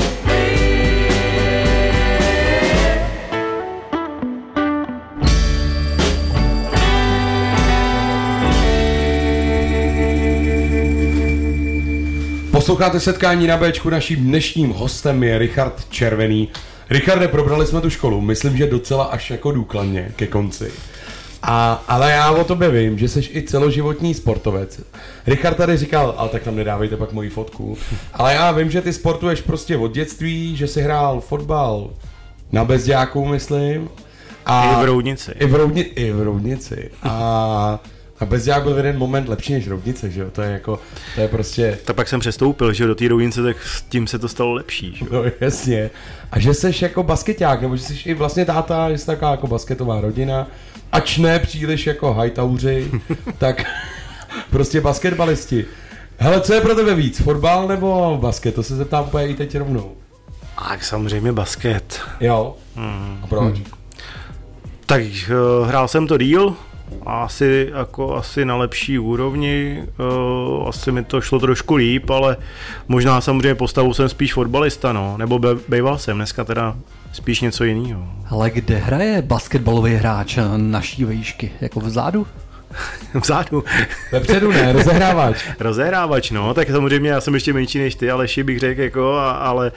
Posloucháte Setkání na Béčku, naším dnešním hostem je Richard Červený. Richarde, probrali jsme tu školu, myslím, že docela až jako důkladně ke konci. Ale já o tobě vím, že jsi i celoživotní sportovec. Richard tady říkal, ale tak tam nedávejte pak moji fotku. Ale já vím, že ty sportuješ prostě od dětství, že jsi hrál fotbal na Bezďáku, myslím. I v Roudnici. I v Roudnici. A Bezďák byl v jeden moment lepší než Roudnice, že jo? To je prostě... Tak pak jsem přestoupil, že do té Roudnice, tak s tím se to stalo lepší, že? No jasně. A že jsi jako basketák, nebo že jsi i vlastně táta, že jsi taková jako basketová rodina, ač ne příliš jako hajtauři, tak prostě basketbalisti. Hele, co je pro tebe víc, fotbal nebo basket? To se zeptám úplně i teď rovnou. Tak samozřejmě basket. Jo? A proč? Tak hrál jsem to díl, asi na lepší úrovni, asi mi to šlo trošku líp, ale možná samozřejmě postavou jsem spíš fotbalista, no, nebo býval jsem, dneska teda spíš něco jiného. Ale kde hraje basketbalový hráč naší výšky? Jako vzadu? Vzadu. Vepředu ne, rozehrávač. Rozehrávač, no, tak samozřejmě já jsem ještě menší než ty, Aleši bych řekl, jako, ale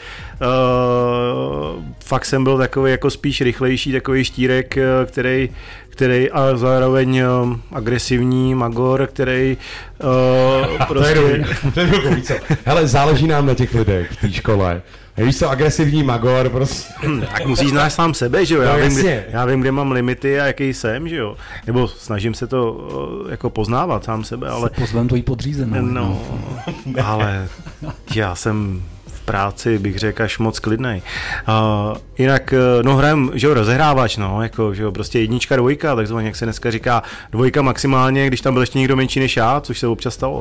fakt jsem byl takový jako spíš rychlejší, takový štírek, který a zároveň agresivní magor, který prostě... To je víc. Hele, záleží nám na těch lidech v té škole. Víš co, agresivní magor, prostě. Tak musíš znát sám sebe, že jo? Já vím, kde mám limity a jaký jsem, že jo? Nebo snažím se to jako poznávat sám sebe, ale... Pozvem tvojí podřízenou. No, ale já jsem v práci, bych řekl, až moc klidnej. Jinak, no hrajem, že jo, rozehrávač, no, jako, že jo, prostě 1, 2, takzvaně, jak se dneska říká, 2 maximálně, když tam byl ještě někdo menší než já, což se občas stalo.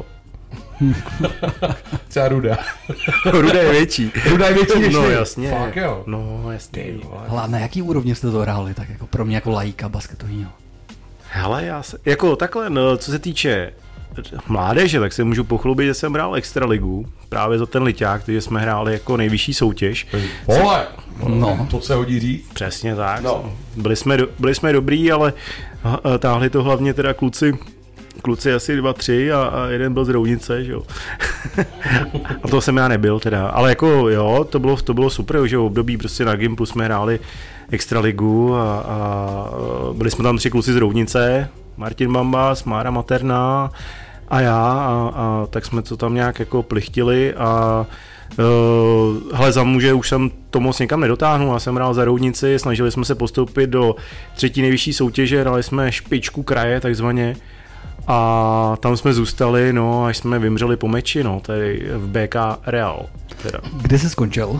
Třeba Ruda. Ruda je větší. Ruda je větší než no, ty. Jasně. Fakt jo. No jasně. Hele, na jaký úrovni jste to hráli, tak jako pro mě jako laika basketovýho? Hele, jako takhle, no, co se týče mládeže, tak se můžu pochlubit, že jsem hrál extraligu, právě za ten Liťák, takže jsme hráli jako nejvyšší soutěž. Vole, no. To se hodí říct. Přesně tak. No. Byli jsme dobrý, ale táhli to hlavně teda kluci asi 2, 3 a jeden byl z Roudnice, že jo. A to jsem já nebyl teda, ale jako jo, to bylo super, že jo, období prostě na Gimplu jsme hráli extraligu a byli jsme tam 3 kluci z Roudnice, Martin Bambas, Mára Materna a já a tak jsme to tam nějak jako plichtili a hele, za muže už jsem to moc někam nedotáhnul, já jsem hrál za Roudnici, snažili jsme se postoupit do 3. nejvyšší soutěže, hrali jsme špičku kraje takzvaně. A tam jsme zůstali, no, až jsme vymřeli po meči, no, tady v BK Real. Teda. Kdy jsi skončil?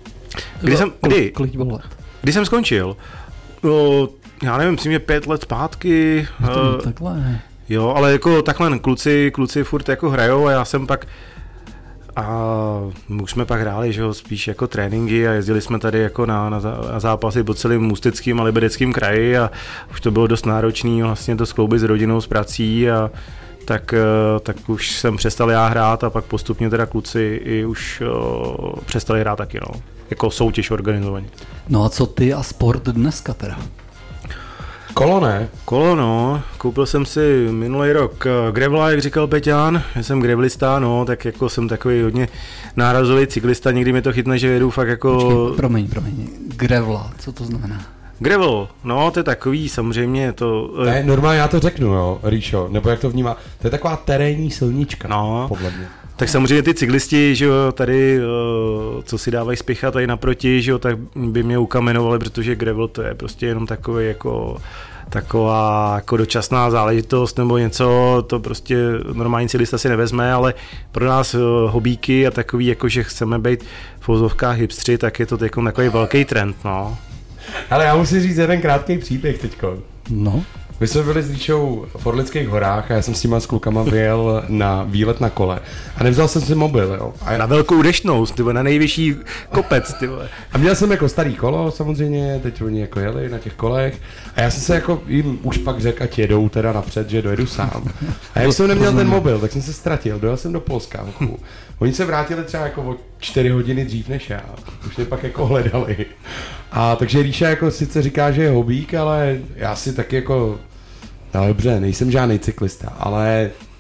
Kdy jsem skončil? No, já nevím, myslím, že 5 let zpátky. Takhle. Jo, ale jako takhle kluci furt jako hrajou a já jsem pak a už jsme pak hráli, že jo, spíš jako tréninky a jezdili jsme tady jako na zápasy po celém Ústeckým a Libereckém kraji a už to bylo dost náročný vlastně to skloubit s rodinou, s prací a tak už jsem přestal já hrát a pak postupně teda kluci i už přestali hrát taky, no, jako soutěž organizovaně. No a co ty a sport dneska teda? Kolo ne? Kolo, no. Koupil jsem si minulý rok grevla, jak říkal Peťán. Já jsem grevlista, no, tak jako jsem takový hodně nárazový cyklista. Někdy mi to chytne, že jedu fakt jako... Počkej, promiň. Grevla, co to znamená? Gravel, no, to je takový, samozřejmě to... Ne, normálně já to řeknu, jo, Ríšo, nebo jak to vnímá. To je taková terénní silnička, no, podle mě. Tak samozřejmě ty cyklisti, že jo, tady, co si dávají spěchat tady naproti, že jo, tak by mě ukamenovali, protože gravel to je prostě jenom takový jako taková jako dočasná záležitost nebo něco, to prostě normální cyklista si nevezme, ale pro nás hobíky a takový, jako že chceme být v uvozovkách hipstři, tak je to takový velký trend, no. Ale já musím říct jeden krátký příběh teďko. No. My jsme byli s Ríšou v Orlických horách a já jsem s těma s klukama vyjel na výlet na kole a nevzal jsem si mobil, jo. A na velkou deštnou, na nejvyšší kopec, tyhle. A měl jsem jako starý kolo samozřejmě, teď oni jako jeli na těch kolech a já jsem se jako jim už pak řekl, ať jedou teda napřed, že dojedu sám. A já jsem neměl ten mobil, tak jsem se ztratil, dojel jsem do Polska. Oni se vrátili třeba jako o 4 hodiny dřív než já, už mě pak jako hledali. A takže Ríša jako sice říká, že je hobík, ale já si taky jako, no dobře, nejsem žádný cyklista, ale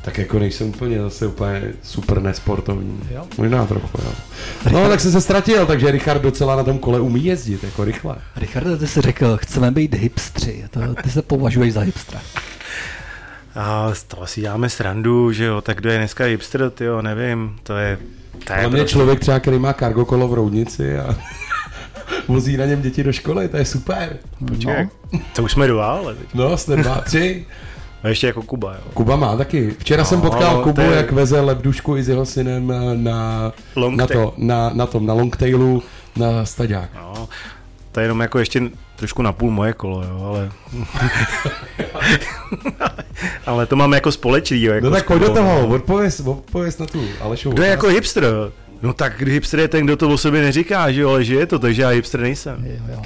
Tak jako nejsem úplně zase úplně super nesportovní. Jo? Možná trochu, jo. No, tak jsem se ztratil, takže Richard docela na tom kole umí jezdit, jako rychle. Richard, ty jsi řekl, chceme být hipstři. Ty se považuješ za hipstra. A z toho si děláme srandu, že jo, tak kdo je dneska hipster, tyjo, nevím, to je ale mě člověk třeba, který má cargo kolo v Roudnici a vozí na něm děti do školy, to je super. Počkej, to už jsme 2, ale teď. No, jste 2, 3. A ještě jako Kuba, jo. Kuba má taky. Včera jsem potkal Kubu, jak veze lebdušku i s jeho synem na longtailu na staďák. No, to je jenom jako ještě trošku napůl moje kolo, jo, ale... ale to máme jako společný, jo. Jako no tak pojď do toho, odpověz na tu Alešovu. Kdo je jako hipster? No tak hipster je ten, kdo to o sobě neříká, že jo, ale žije to, takže já hipster nejsem. Jo.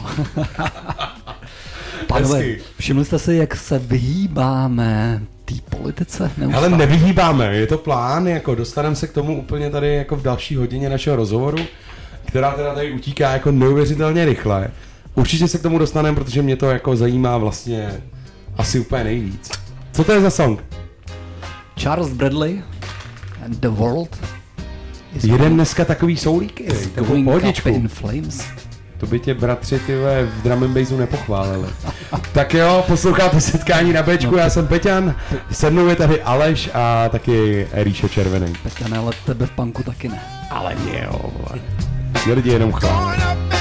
Pánové, všimli jste si, jak se vyhýbáme té politice? Ale nevyhýbáme, je to plán, jako dostaneme se k tomu úplně tady jako v další hodině našeho rozhovoru, která teda tady utíká jako neuvěřitelně rychle. Určitě se k tomu dostaneme, protože mě to jako zajímá vlastně asi úplně nejvíc. Co to je za song? Charles Bradley and The World. Jeden dneska takový soulíky, takovou pohodičku. In flames. To by tě bratři tyhle v drum and bassu nepochválili. Tak jo, posloucháte Setkání na Bčku, já jsem Peťan, se mnou je tady Aleš a taky Ríšo Červený. Peťane, ale tebe v punku taky ne. Ale mě jo, je lidi jenom chválí.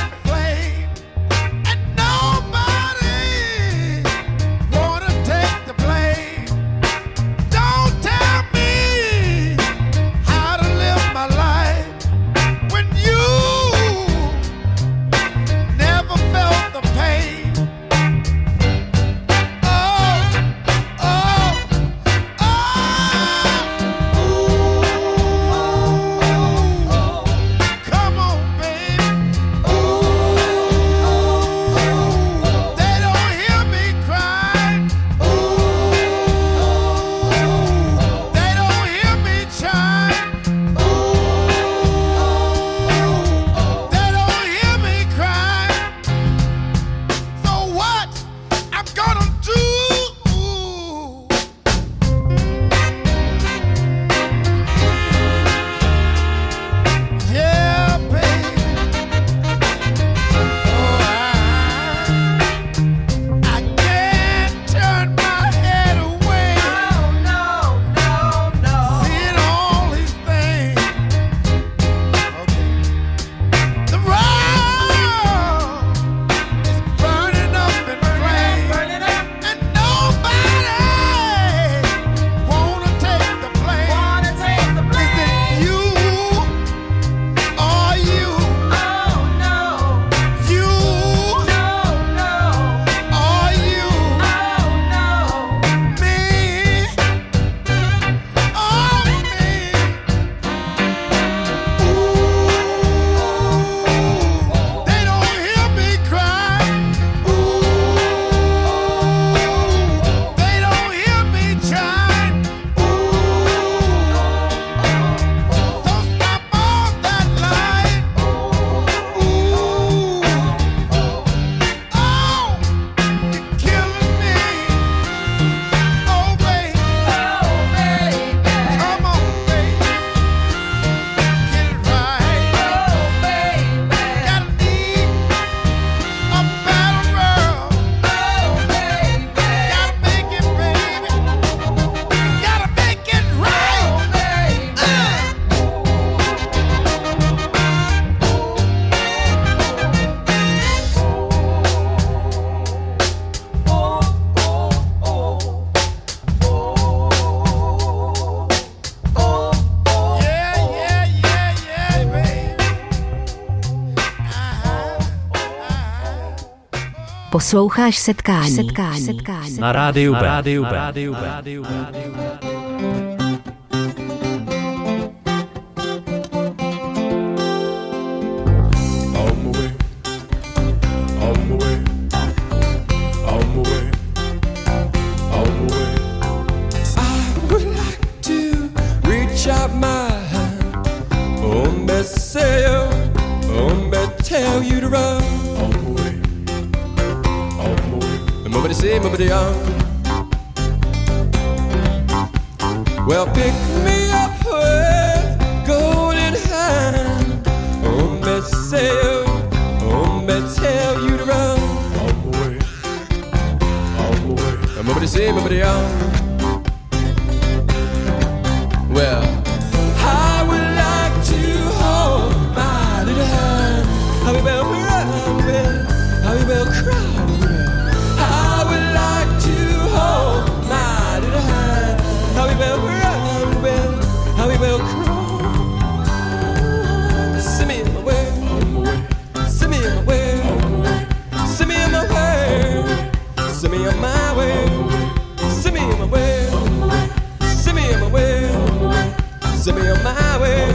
Posloucháš Setkání. Na rádiu B. Well, pick me up with golden hand. Me say, me tell you to run. I'm away. Nobody say, nobody out. Well, I would like to hold my little hand. I will run, I will cry. I would like to hold my little hand. I will run, I will cry. Send me in my way. Send me in my way. Send me in my way. Send me on my way. Send me in my way. Send me in my way. Send me on my way.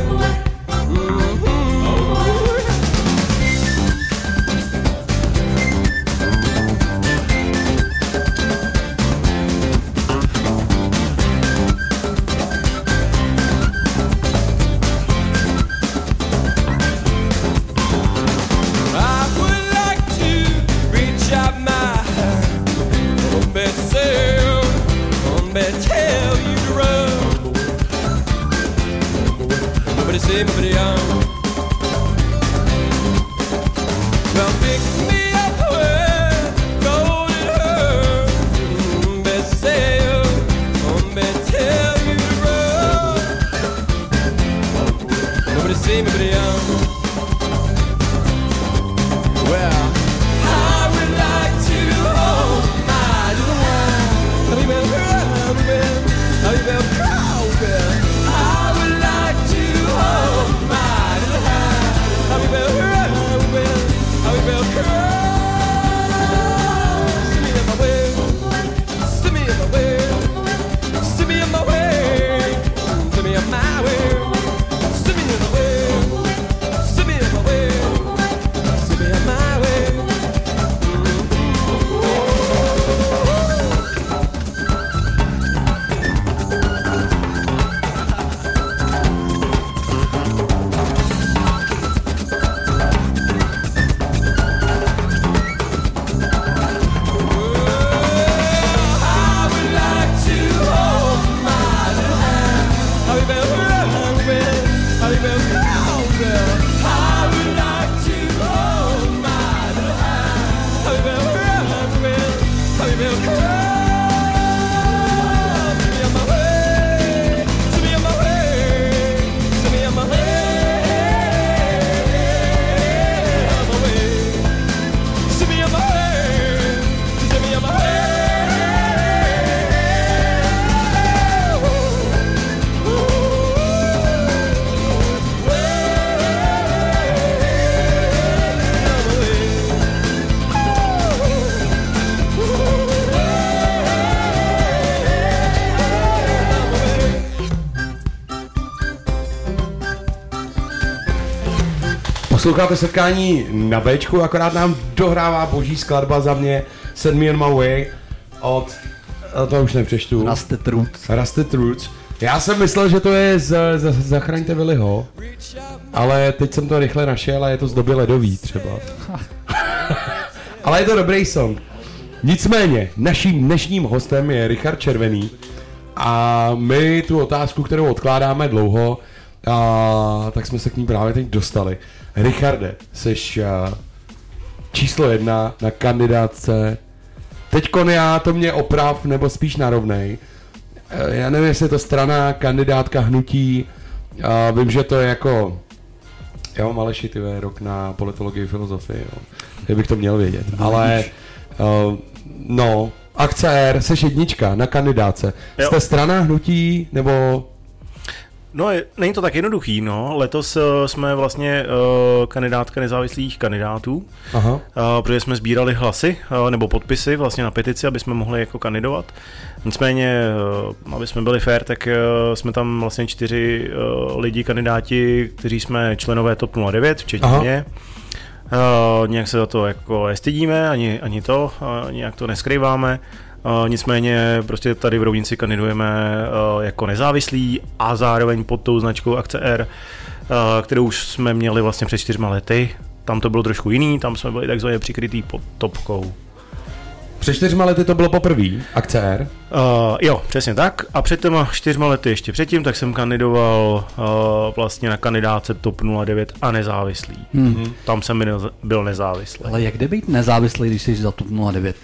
Everybody on. Well, pick me up with golden hair. Say, tell you to run. Nobody see me, everybody on. Well, I would like to hold my little hand. Have you been proud? Have you been proud? I would like to hold my little hand. Have you been proud? Have you been proud? See me in my way. See me in my way. See me in my way. See me in my way. See me in my way. See me in my way. See me in my way. Posloucháte setkání na Bčku, akorát nám dohrává boží skladba za mě Send Me On My Way od, to už nepřečtu. Rusted Roots. Já jsem myslel, že to je z Zachraňte Willyho, ale teď jsem to rychle našel a je to z Doby ledový třeba. Ale je to dobrý song. Nicméně, naším dnešním hostem je Richard Červený a my tu otázku, kterou odkládáme dlouho, tak jsme se k ní právě teď dostali. Richarde, seš číslo 1 na kandidátce. Teďkon já to mě oprav, nebo spíš narovnej. Já nevím, jestli je to strana, kandidátka, hnutí. Vím, že to je jako... Já mám Aleši, rok na politologii, filozofii, jo. Já bych to měl vědět. Ale no, akce R, seš jednička na kandidátce. Jste strana, hnutí, nebo... No, není to tak jednoduchý, no. Letos jsme vlastně kandidátka nezávislých kandidátů, protože jsme sbírali hlasy nebo podpisy vlastně na petici, aby jsme mohli jako kandidovat. Nicméně, aby jsme byli fair, tak jsme tam vlastně 4 lidi kandidáti, kteří jsme členové TOP 09, včetně mě. Nějak se za to jako nestydíme, ani to, nějak to neskrýváme. Nicméně prostě tady v Roudnici kandidujeme jako nezávislí a zároveň pod tou značkou Akce R, kterou už jsme měli vlastně před 4 lety. Tam to bylo trošku jiný, tam jsme byli takzvaně přikrytý pod topkou. Před 4 lety to bylo poprvé, akce R? Jo, přesně tak. A před těma 4 lety ještě předtím, tak jsem kandidoval vlastně na kandidáce TOP 09 a nezávislý. Tam jsem byl nezávislý. Ale jak jde být nezávislý, když jsi za TOP 09?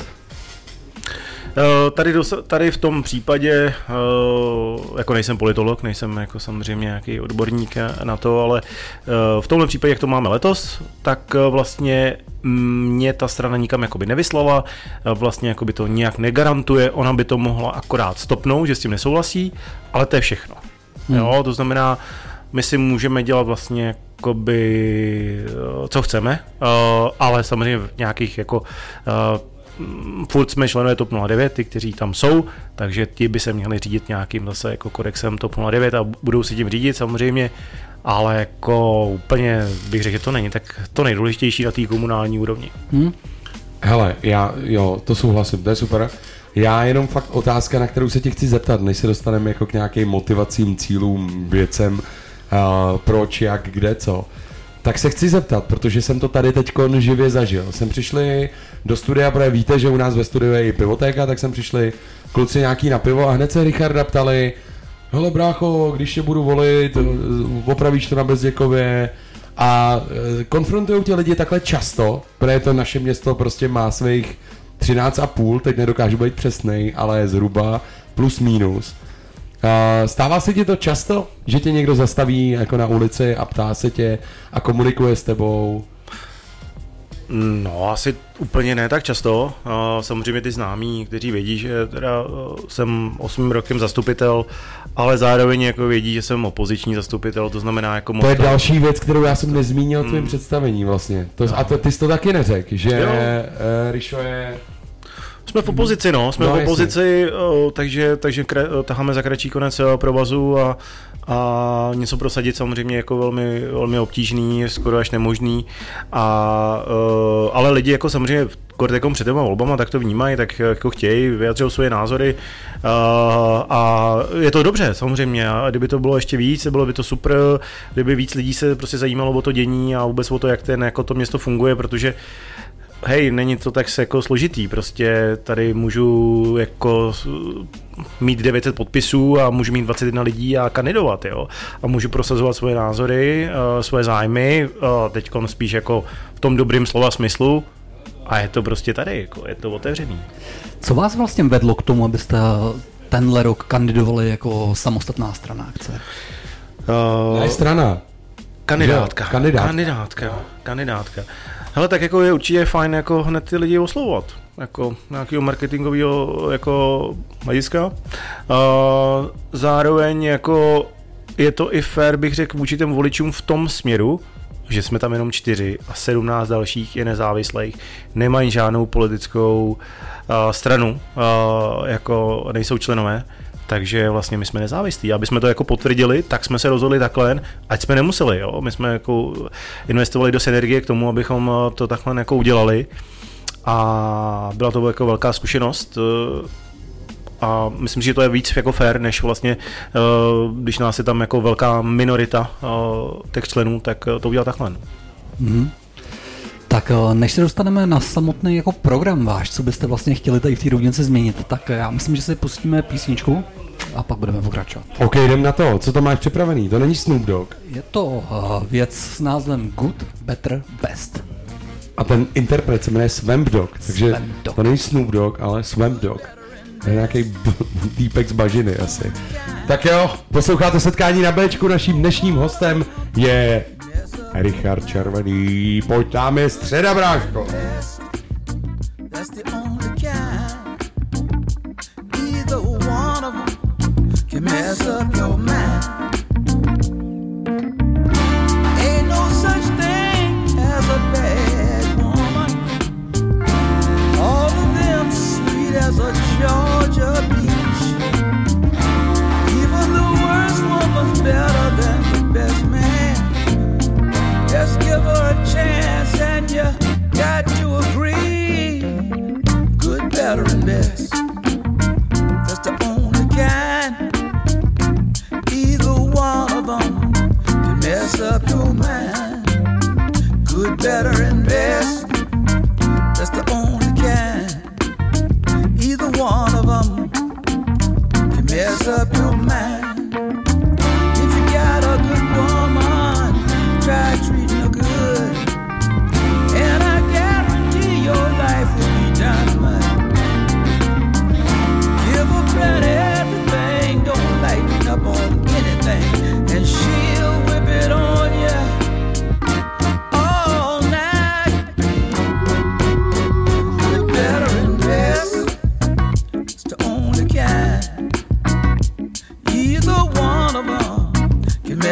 Tady v tom případě, jako nejsem politolog, nejsem jako samozřejmě nějaký odborník na to, ale v tomhle případě, jak to máme letos, tak vlastně mě ta strana nikam jakoby nevyslala, vlastně jakoby to nějak negarantuje, ona by to mohla akorát stopnout, že s tím nesouhlasí, ale to je všechno. Jo, to znamená, my si můžeme dělat vlastně jakoby, co chceme, ale samozřejmě v nějakých jako furt jsme členové TOP 09, ty, kteří tam jsou, takže ti by se měli řídit nějakým zase jako kodexem TOP 09 a budou si tím řídit samozřejmě, ale jako úplně bych řekl, že to není tak to nejdůležitější na té komunální úrovni. Hele, to souhlasím, to je super. Já jenom fakt otázka, na kterou se tě chci zeptat, než se dostaneme jako k nějakým motivacím, cílům, věcem, proč, jak, kde, co. Tak se chci zeptat, protože jsem to tady teďkon živě zažil. Jsem přišli do studia, protože víte, že u nás ve studiu je i pivotéka, tak jsem přišli kluci nějaký na pivo a hned se Richarda ptali: hele brácho, když tě budu volit, opravíš to na Bezděkově? A konfrontují tě lidi takhle často, protože to naše město prostě má svých 13,5, teď nedokážu být přesnej, ale zhruba plus minus. Stává se ti to často, že tě někdo zastaví jako na ulici a ptá se tě a komunikuje s tebou? No, asi úplně ne tak často. Samozřejmě ty známí, kteří vědí, že teda jsem 8 rokem zastupitel, ale zároveň jako vědí, že jsem opoziční zastupitel, to znamená jako... To je další věc, kterou já jsem nezmínil v tvém představení vlastně. A ty jsi to taky neřekl, že Rišo je... Jsme v opozici, jsme v opozici, takže taháme za kratší konec provazu a něco prosadit samozřejmě jako velmi, velmi obtížný, skoro až nemožný, ale lidi jako samozřejmě jako před těma volbama tak to vnímají, tak jako chtějí, vyjadřují svoje názory a je to dobře samozřejmě, a kdyby to bylo ještě víc, bylo by to super, kdyby víc lidí se prostě zajímalo o to dění a vůbec o to, jak jako to město funguje, protože hej, není to tak jako složitý, prostě tady můžu jako mít 900 podpisů a můžu mít 21 lidí a kandidovat, jo. A můžu prosazovat svoje názory, svoje zájmy, teďkon spíš jako v tom dobrým slova smyslu a je to prostě tady, jako je to otevřený. Co vás vlastně vedlo k tomu, abyste tenhle rok kandidovali jako samostatná strana akce? Ne strana. Kandidátka. Hele, tak jako je určitě fajn jako hned ty lidi oslovovat, jako nějakého marketingového jako hlediska. Zároveň jako je to i fair, bych řekl, vůči těm voličům v tom směru, že jsme tam jenom 4 a 17 dalších je nezávislých, nemají žádnou politickou stranu, jako nejsou členové. Takže vlastně my jsme nezávislí. Aby jsme to jako potvrdili, tak jsme se rozhodli takhle, ať jsme nemuseli. Jo? My jsme jako investovali dost energie k tomu, abychom to takhle jako udělali. A byla to jako velká zkušenost. A myslím si, že to je víc jako fair, než vlastně, když nás je tam jako velká minorita těch členů, tak to udělat takhle. Tak než se dostaneme na samotný jako program váš, co byste vlastně chtěli tady v té Roudnici změnit, tak já myslím, že si pustíme písničku a pak budeme pokračovat. OK, jdem na to. Co tam máš připravený? To není Snoop Dogg. Je to věc s názvem Good, Better, Best. A ten interpret se jmenuje Swamp Dogg, takže to není Snoop Dogg, ale Swamp Dogg. To je nějaký týpek z bažiny asi. Tak jo, posloucháte Setkání na Bčku, naším dnešním hostem je Richard Červený. Pojď, tam je středa, bráško. Just give her a chance and you got to agree. Good, better and best. That's the only kind.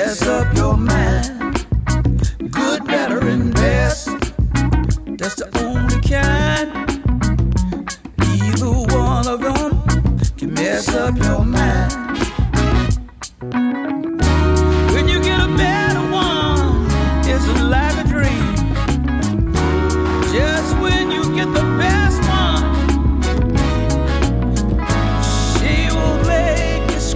mess up your mind. Good, better, and best. That's the only kind. Either one of them can mess up your mind. When you get a better one, it's like a dream. Just when you get the best one, she will make you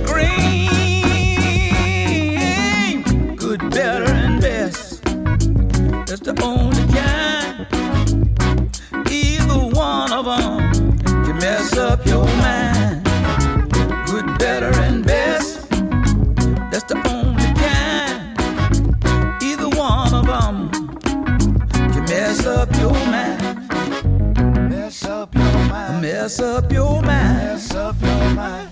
scream. Good, better, and best. That's the only kind. Either one of them can mess up your mind. Good, better, and best. That's the only kind. Either one of them can mess up your mind. Mess up your mind. Mess up your mind. Mess up your mind.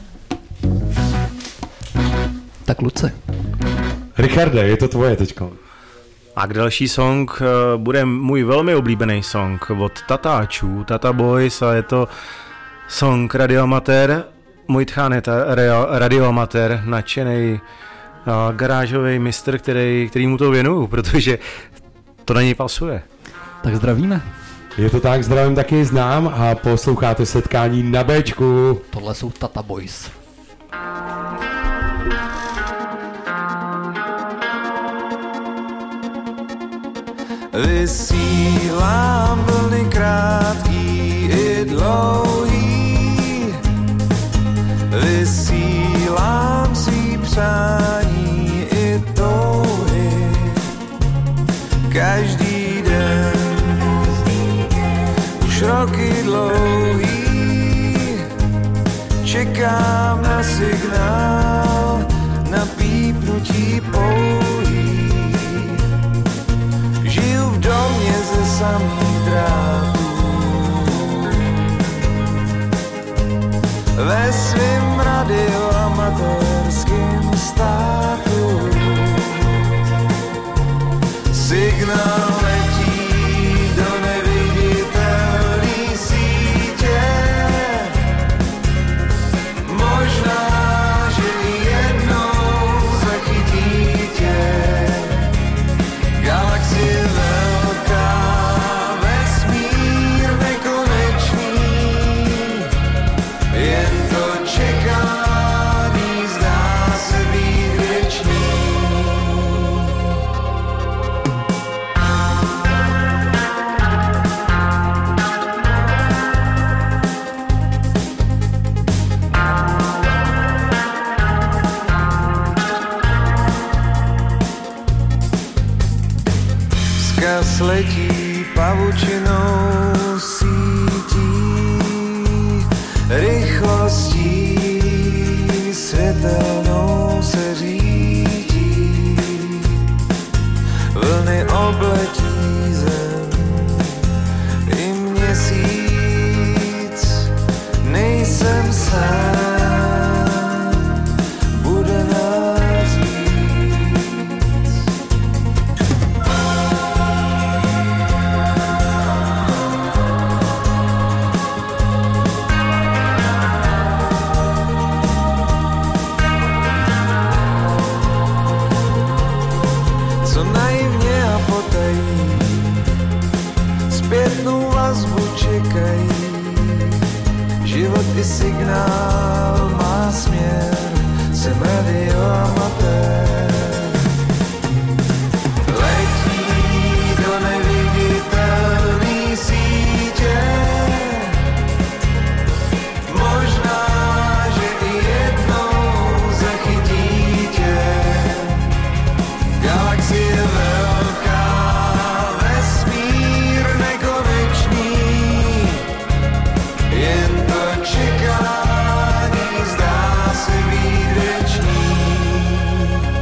Tak Luce. Richarde, je to tvoje teďko. A k další song bude můj velmi oblíbený song od Tatáčů, Tata Boys, a je to song Radioamatér. Můj tchán je Radioamatér, nadšenej garážový mistr, který mu to věnuju, protože to na něj pasuje. Tak zdravíme. Je to tak, zdravím taky znám a posloucháte Setkání na Bčku. Tohle jsou Tata Boys. Vysílám vlny krátký i dlouhý, vysílám svý přání i touhy. Každý den, už roky dlouhý, čekám na signál, na pípnutí pouhý. Žiju v domě ze samých drátů, ve svým radioamatérským státu. Signál letí do neviditelný sítě, možná, že jednou zachytí tě. Galaxie velká, vesmír nekonečný, jen to čekání zdá se být věčný. Vzkaz letí pavučinou sítí, rychlostí světelnou se řídí. Vlny obletí zem i měsíc, nejsem sám, bude nás víc. Co naivně a potají, zpětnou vazbu čekají. Život i signál má směr, jsem radioamatér. Letí do neviditelný sítě, možná, že i jednou zachytí tě. Galaxie velká, vesmír nekonečný, jen to čekání zdá se být věčný.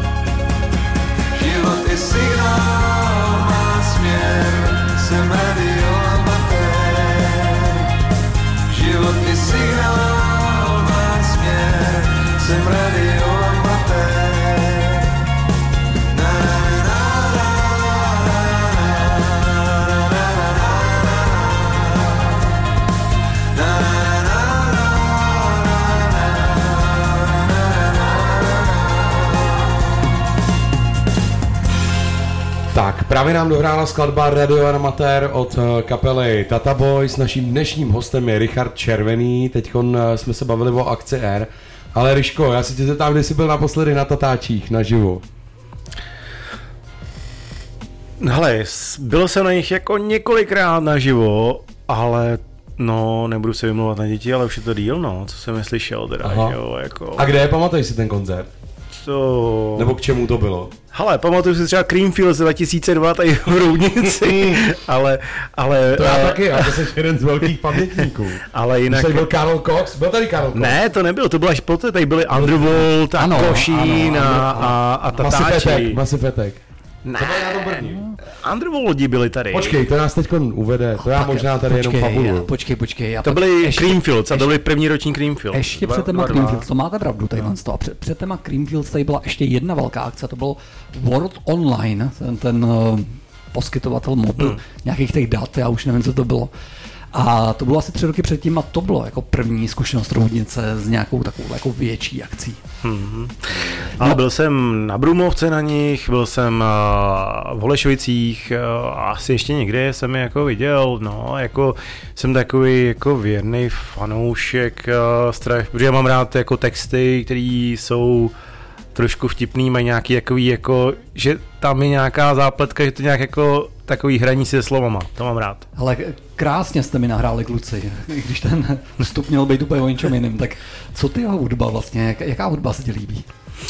Tak, právě nám dohrála skladba Radio Amateur od kapely Tata Boys. Naším dnešním hostem je Richard Červený. Teď jsme se bavili o akci R. Ale Ryško, já se tě zeptám, kdy jsi byl naposledy na Tatáčích naživo? Hele, byl jsem na nich jako několikrát naživo, ale no, nebudu se vymlouvat na děti, ale už je to díl, no, co jsem je slyšel teda, jo, jako. A kde, pamatuješ si ten koncert? To... Nebo k čemu to bylo? Hele, pamatuju si třeba Creamfields 2002 tady v Roudnici, ale... To já taky, já to jsi jeden z velkých pamětníků. Ale jinak... Tady byl Karol Cox? Byl tady Karol Cox? Ne, to nebyl, to bylo až poté, tady byly Underworld a Košín a Tatáči. Massive Attack. Ne, Underworldi byli tady. Počkej, to nás teď uvede, to já možná tady jenom fabuluju. Počkej. To byly Creamfields a to byly první roční Creamfields. Ještě před téma Creamfields, to máte pravdu tady a před téma Creamfields tady byla ještě jedna velká akce, to bylo World Online, ten poskytovatel mobil nějakých těch dat, já už nevím, co to bylo. A to bylo asi 3 roky předtím a to bylo jako první zkušenost Roudnice s nějakou takovou jako větší akcí. Ale byl jsem na Brumovce na nich, byl jsem v Holešovicích, asi ještě někde jsem je jako viděl, no, jako jsem takový jako věrný fanoušek, protože já mám rád jako texty, které jsou trošku vtipný, mají nějaký takový jako, že tam je nějaká zápletka, že to nějak jako takový hraní se slovama, to mám rád. Ale krásně jste mi nahráli, kluci, i když ten vstup měl být úplně o něčem jiným, tak co ty hudba vlastně, jaká hudba se ti líbí?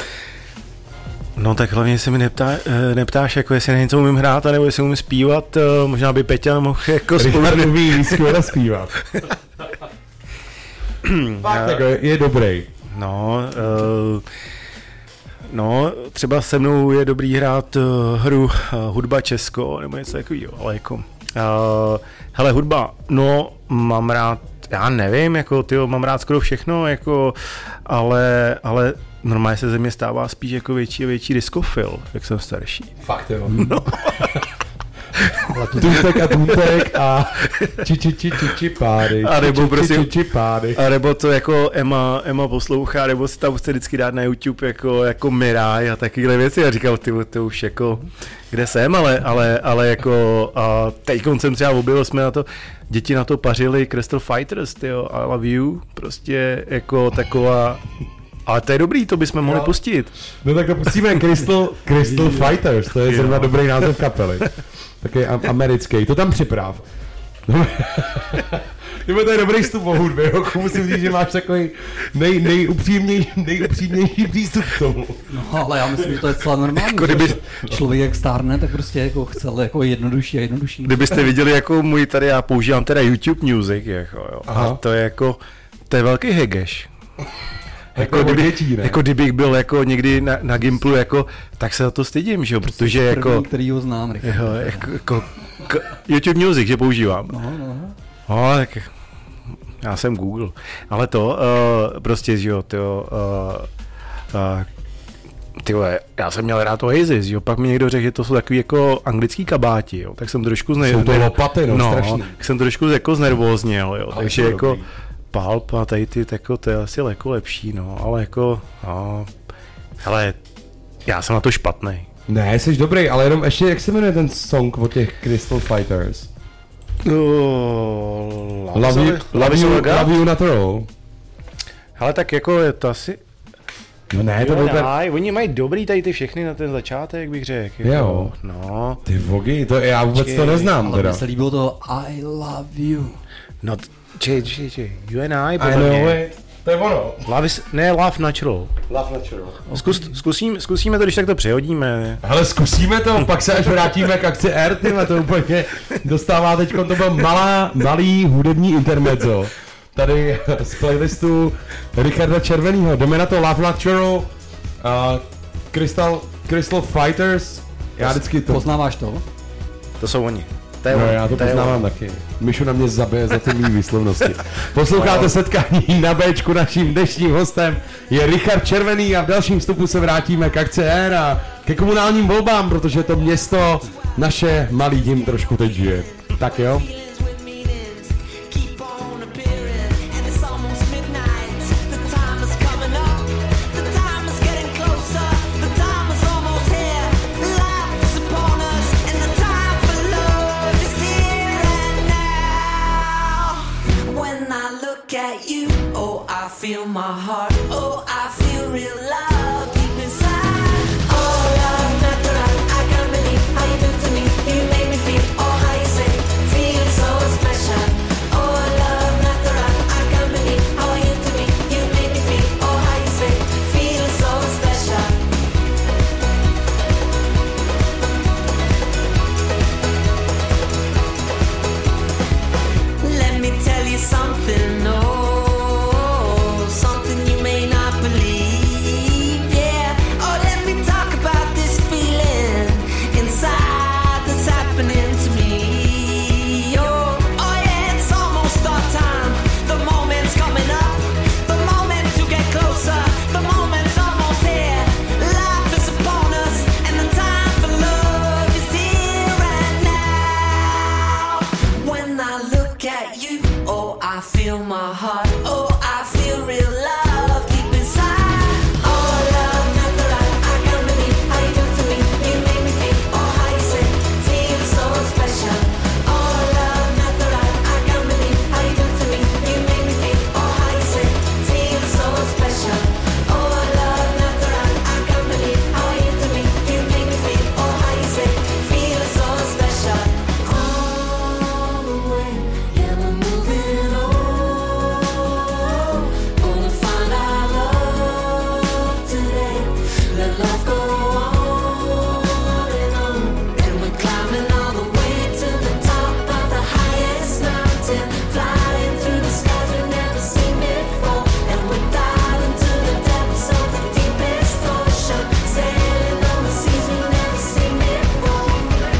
No tak hlavně se mi neptáš, jako jestli na něco umím hrát, nebo jestli umím zpívat, možná by Peťa mohl jako Richard umí skvěle zpívat. Fakt, jako je dobrý. No, třeba se mnou je dobrý hrát hru Hudba Česko, nebo něco takového, ale jako... hele, hudba, no, mám rád, já nevím, jako, mám rád skoro všechno, jako, ale normálně se ze mě stává spíš jako větší a větší diskofil, jak jsem starší. Fakt jo. No. Tuntek a či pády. A nebo prostě pády. A nebo to jako Emma poslouchá, nebo si tam chce vždycky dát na YouTube jako Miraj a takovéhle věci. A říkal, to už jako, kde jsem, ale jako a teď jsem třeba objevil, jsme na to, děti na to pařili Crystal Fighters, tyjo, I Love You, prostě jako taková. Ale to je dobrý, to bychom mohli pustit. No tak to pustíme Crystal Fighters, to je zrovna dobrý název kapely. Takový americký, to tam připrav. To je dobrý vstup o hudbě, musím říct, že máš takový nejupřímnější přístup k tomu. No ale já myslím, že to je celá normální, jako kdyby člověk jak stárne, tak prostě jako chcel jako jednodušší a jednodušší. Kdybyste viděli, jako můj tady, já používám teda YouTube Music, jako, jo. A to je jako, to je velký hegeš. Jako kdybych byl jako někdy na Gimplu, jako, tak se za to stydím, že jo, protože jako... který ho znám, jako YouTube Music, že používám. No, tak já jsem Google. Ale to, prostě, že jo, já jsem měl rád Oasis, jo, pak mi někdo řekl, že to jsou takový jako anglický kabáti, jo, tak jsem trošku Jsou to lopaty, strašný. Tak jsem trošku jako znervózněl, jo, takže jako... Dobrý. Pulp a tady ty, jako, to je asi jako lepší, no, ale jako, no, hele, já jsem na to špatnej. Ne, jsi dobrý, ale jenom ještě, jak se jmenuje ten song od těch Crystal Fighters? Love You Natural. Hele, tak jako je to asi... No ne, to byl ten... Oni mají dobrý tady ty všechny na ten začátek, bych řekl. Jako, jo. No. Ty vogy, to já vůbec to neznám. Ale mně se líbilo to I Love You. No, You and I, to je ono. Love Natural. Zkusíme to, když tak to přehodíme. Hele, zkusíme to, pak se až vrátíme k akci R, tyhle, to úplně dostává teďko, to byl malý hudební intermezzo. Tady z playlistu Richarda Červenýho, jdeme na to Love Natural, Crystal Fighters, já vždycky to... Poznáváš to? To jsou oni. No, já to poznávám taky. Mišu na mě zabije za ty mý výslovnosti. Posloucháte setkání na Bčku, naším dnešním hostem je Richard Červený a v dalším vstupu se vrátíme k akci R a ke komunálním volbám, protože to město naše malý tím trošku teď žije. Tak jo. my heart. Oh, I feel real love deep inside. Oh, love, natural, I can't believe how you do to me. You make me feel, oh, how you say, feel so special. Oh, love, natural, I can't believe how you do to me. You make me feel, oh, how you say, feel so special. Oh, love, natural, I can't believe how you do to me. You make me feel, oh, how you say, feel so special. All the way, yeah, we're moving on. Gonna find our love today. Let love go on and on. And we're climbing all the way to the top of the highest mountain. Flying through the skies we've never seen before. And we're diving to the depths of the deepest ocean. Sailing on the seas we've never seen before.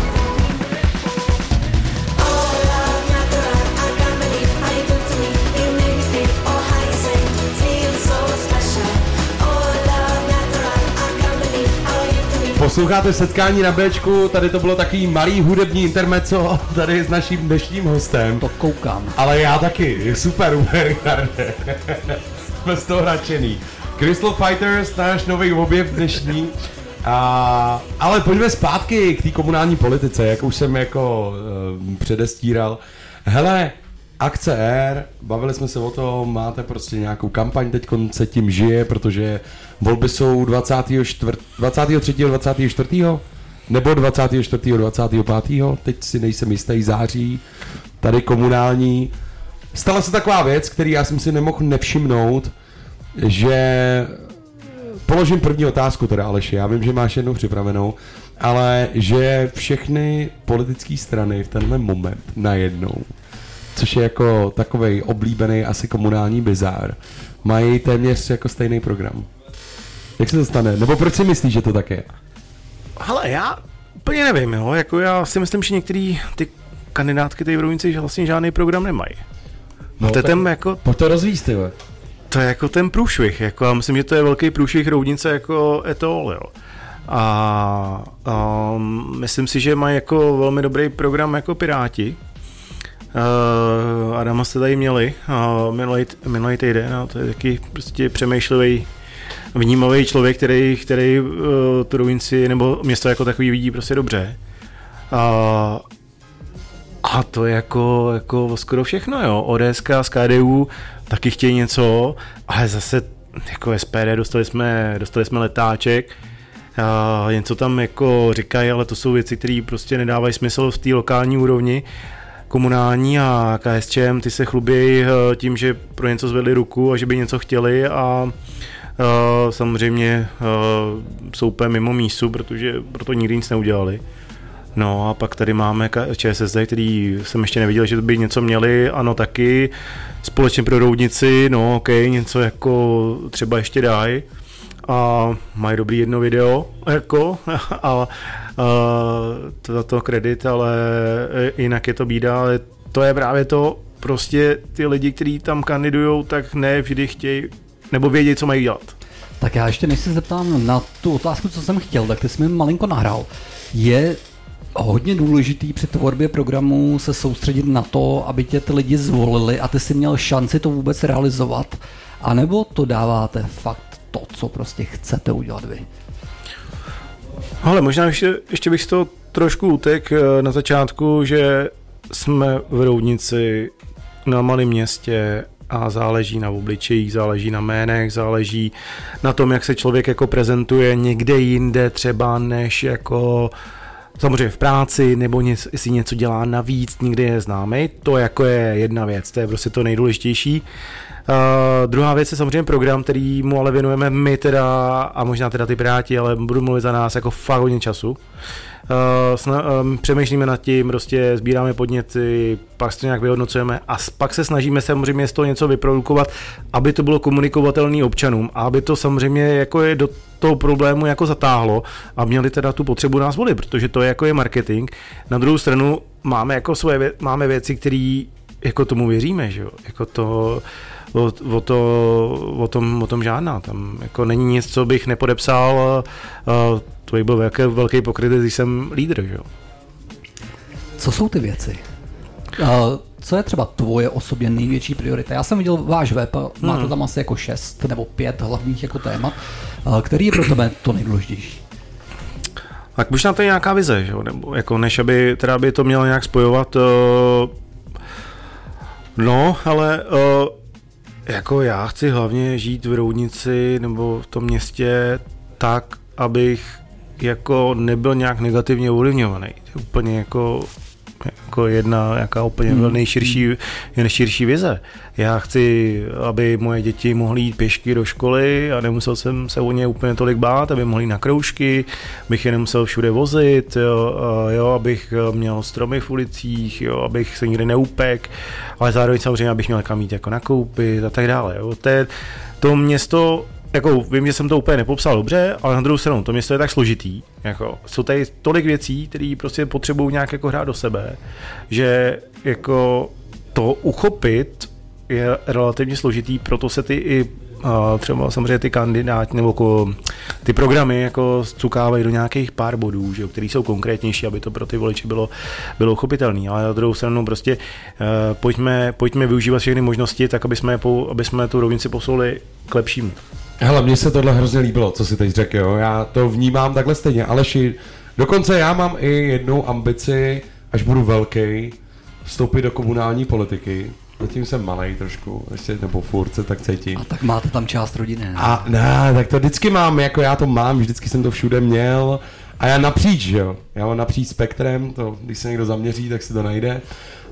Oh, love, natural, I can't believe how you do to me. You make me feel, oh, how you say, feel so special. Oh, love, natural, I can't believe how you do to me. Posloucháte Setkání na Bčku, tady to bylo takový malý hudební intermezzo tady s naším dnešním hostem. To koukám. Ale já taky, super, Richarde. Jsme z toho nadšený. Crystal Fighters, náš nový objev dnešní. Ale pojďme zpátky k té komunální politice, jak už jsem jako předestíral. Hele, akce R, bavili jsme se o tom, máte prostě nějakou kampaň, teď se tím žije, protože volby jsou 23. 24. nebo 24. 25. Teď si nejsem jistý, září, tady komunální. Stala se taková věc, který já jsem si nemohl nevšimnout, že položím první otázku teda, Aleši, já vím, že máš jednu připravenou, ale že všechny politické strany v tenhle moment najednou, což je jako takovej oblíbený asi komunální bizár, mají téměř jako stejný program. Jak se to stane? Nebo proč si myslíš, že to tak je? Hele, já úplně nevím, jo, jako já si myslím, že některý ty kandidátky tady v rovnici že vlastně žádný program nemají. No, to je ten jako... Pojď to rozvíst, ty vole. To je jako ten průšvih, jako já myslím, že to je velký průšvih Roudnice jako etol, jo. A myslím si, že mají jako velmi dobrý program jako Piráti. Adama jste tady měli minulý týden, a to je taky prostě přemýšlivý, vnímavý člověk, který tu Roudnici nebo město jako takový vidí prostě dobře. A to je jako skoro všechno, jo. ODS z KDU taky chtějí něco, ale zase jako SPD dostali jsme letáček, něco tam jako říkají, ale to jsou věci, které prostě nedávají smysl v té lokální úrovni, komunální, a KSČM ty se chlubějí tím, že pro něco zvedli ruku a že by něco chtěli, a samozřejmě jsou úplně mimo mísu, protože proto nikdy nic neudělali. No a pak tady máme ČSSD, který jsem ještě neviděl, že by něco měli, ano taky, společně pro Roudnici, no ok, něco jako třeba ještě dají, a mají dobrý jedno video, jako, a za to kredit, ale jinak je to bída, ale to je právě to, prostě ty lidi, kteří tam kandidujou, tak ne vždy chtějí, nebo vědí, co mají dělat. Tak já ještě než se zeptám na tu otázku, co jsem chtěl, tak ty jsi mi malinko nahrál. Je hodně důležitý při tvorbě programu se soustředit na to, aby tě ty lidi zvolili a ty si měl šanci to vůbec realizovat, anebo to dáváte fakt to, co prostě chcete udělat vy? Ale možná ještě bych z toho trošku utek na začátku, že jsme v Roudnici na malém městě a záleží na obličejích, záleží na jménech, záleží na tom, jak se člověk jako prezentuje někde jinde třeba než jako samozřejmě v práci, nebo jestli něco dělá navíc, nikdy je známý, to jako je jedna věc, to je prostě to nejdůležitější. Druhá věc je samozřejmě program, který mu ale věnujeme my teda, a možná teda ty Piráti, ale budu mluvit za nás jako fakt hodně času. Přemýšlíme nad tím, prostě sbíráme podněty, pak to nějak vyhodnocujeme a pak se snažíme samozřejmě z toho něco vyprodukovat, aby to bylo komunikovatelné občanům a aby to samozřejmě jako je do toho problému jako zatáhlo a měli teda tu potřebu nás volit, protože to je jako je marketing. Na druhou stranu máme jako máme věci, které jako tomu věříme, že jo, jako to o tom žádná, tam jako není nic, co bych nepodepsal, to bych byl velký pokrytec, když jsem lídr, že jo. Co jsou ty věci? Co je třeba tvoje osobně největší priorita? Já jsem viděl váš web, máte tam asi jako 6 nebo 5 hlavních jako témat. Který je pro tebe to nejdůležitější? Tak možná to je nějaká vize, že? Nebo jako než aby to mělo nějak spojovat. No, ale jako já chci hlavně žít v Roudnici nebo v tom městě tak, abych jako nebyl nějak negativně ovlivňovaný. To je úplně jako jedna jaká úplně nejširší vize. Já chci, aby moje děti mohly jít pěšky do školy a nemusel jsem se o ně úplně tolik bát, aby mohli na kroužky, bych je nemusel všude vozit, jo, abych měl stromy v ulicích, jo, abych se nikdy neupek, ale zároveň samozřejmě, abych měl kam jít jako nakoupit a tak dále. Jo. To město, jako vím, že jsem to úplně nepopsal dobře, ale na druhou stranu, to město je tak složitý, jako jsou tady tolik věcí, které prostě potřebují nějak jako hrát do sebe, že jako to uchopit je relativně složitý, proto se třeba samozřejmě ty kandidáti nebo jako ty programy jako cukávají do nějakých pár bodů, že, který jsou konkrétnější, aby to pro ty voliče bylo uchopitelné. Ale na druhou stranu prostě pojďme využívat všechny možnosti, tak aby jsme tu Roudnici posunuli k lepšímu. Hele, mně se tohle hrozně líbilo, co si teď řekl, jo. Já to vnímám takhle stejně, Aleši, dokonce já mám i jednu ambici, až budu velký, vstoupit do komunální politiky. Zatím jsem malej trošku, ještě, nebo furt se tak cítím. A tak máte tam část rodiny, ne? A ne, tak to vždycky mám, jako já to mám, vždycky jsem to všude měl. A já napříč, jo. Já mám napříč spektrem, to, když se někdo zaměří, tak si to najde.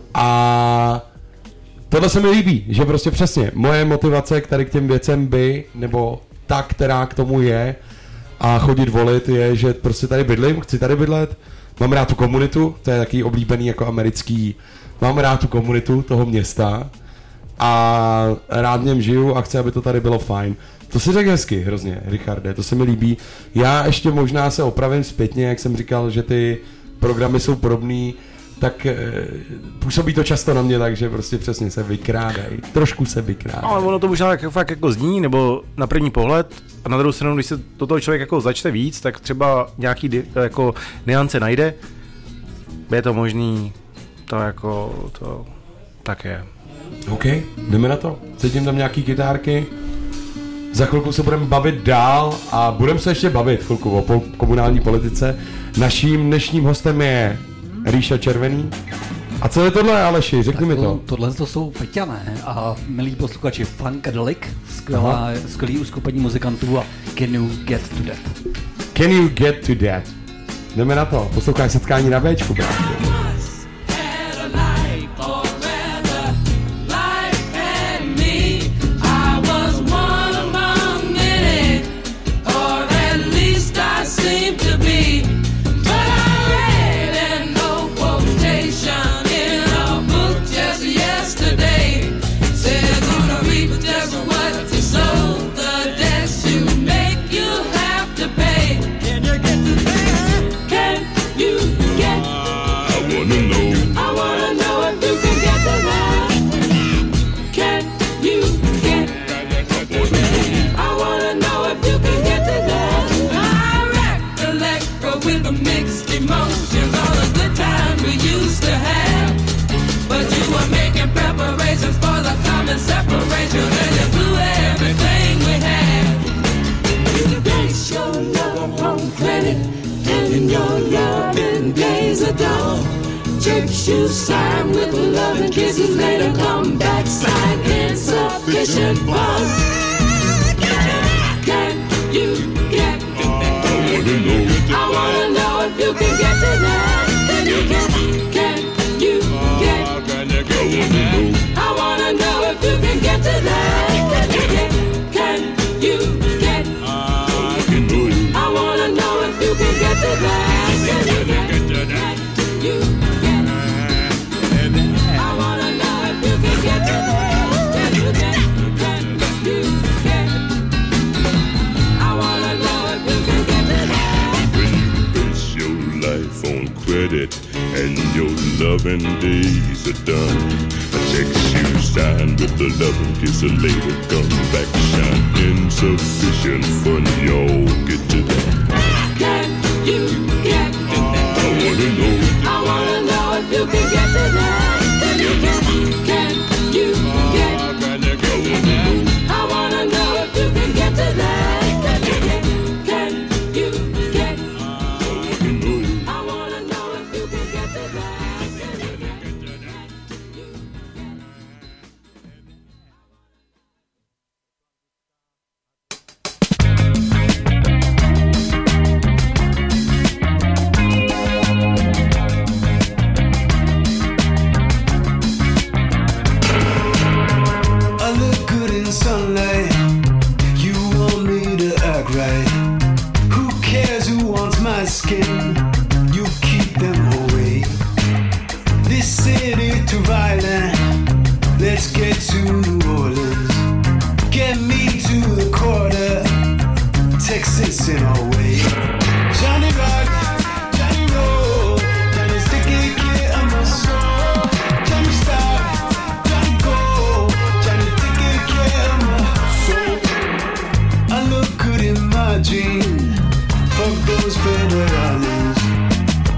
A tohle se mi líbí, že prostě přesně moje motivace k tady k těm věcem by, nebo ta, která k tomu je a chodit volit, je, že prostě tady bydlím, chci tady bydlet, mám rád tu komunitu, to je taky oblíbený jako americký, mám rád tu komunitu toho města a rád v něm žiju a chci, aby to tady bylo fajn. To si řekl hezky hrozně, Richarde, to se mi líbí. Já ještě možná se opravím zpětně, jak jsem říkal, že ty programy jsou podobný, tak působí to často na mě tak, že prostě přesně se vykrádají. Trošku se vykrádají. Ale ono to možná fakt jako zní, nebo na první pohled, a na druhou stranu, když se do toho člověk jako začne víc, tak třeba nějaký jako nuance najde. Je to možný, to tak je. OK, jdeme na to. Cítím tam nějaký kytárky. Za chvilku se budeme bavit dál a budeme se ještě bavit chvilku o komunální politice. Naším dnešním hostem je Ríša Červený. A co je tohle, Aleši? Řekni mi to. Tohle to jsou Peťané a milí posluchači Funkadelic, skvělý uskupení muzikantů a Can You Get To That. Can You Get To That. Jdeme na to. Posloucháš Setkání na Bčku, brácho. Separation and you blew everything we had. You base your love on credit, and your loving days are done. Church shoes sign with love and kisses, later come back, sign insufficient funds. Can you get? I wanna know if you can get to that. Can you get? Can you get? I wanna know if you can get to that. Can you get? Can you get? I wanna know if you can get to that. Can you get? Can you get? I wanna know if you can get to that. Can you get? Can you get? I wanna know if you can get to that. When you base your life on credit and your loving days are done, a check you sign with the love and kiss a later come back, shine insufficient fun, y'all get to that. Can you get? I wanna know if you can get to that. Can you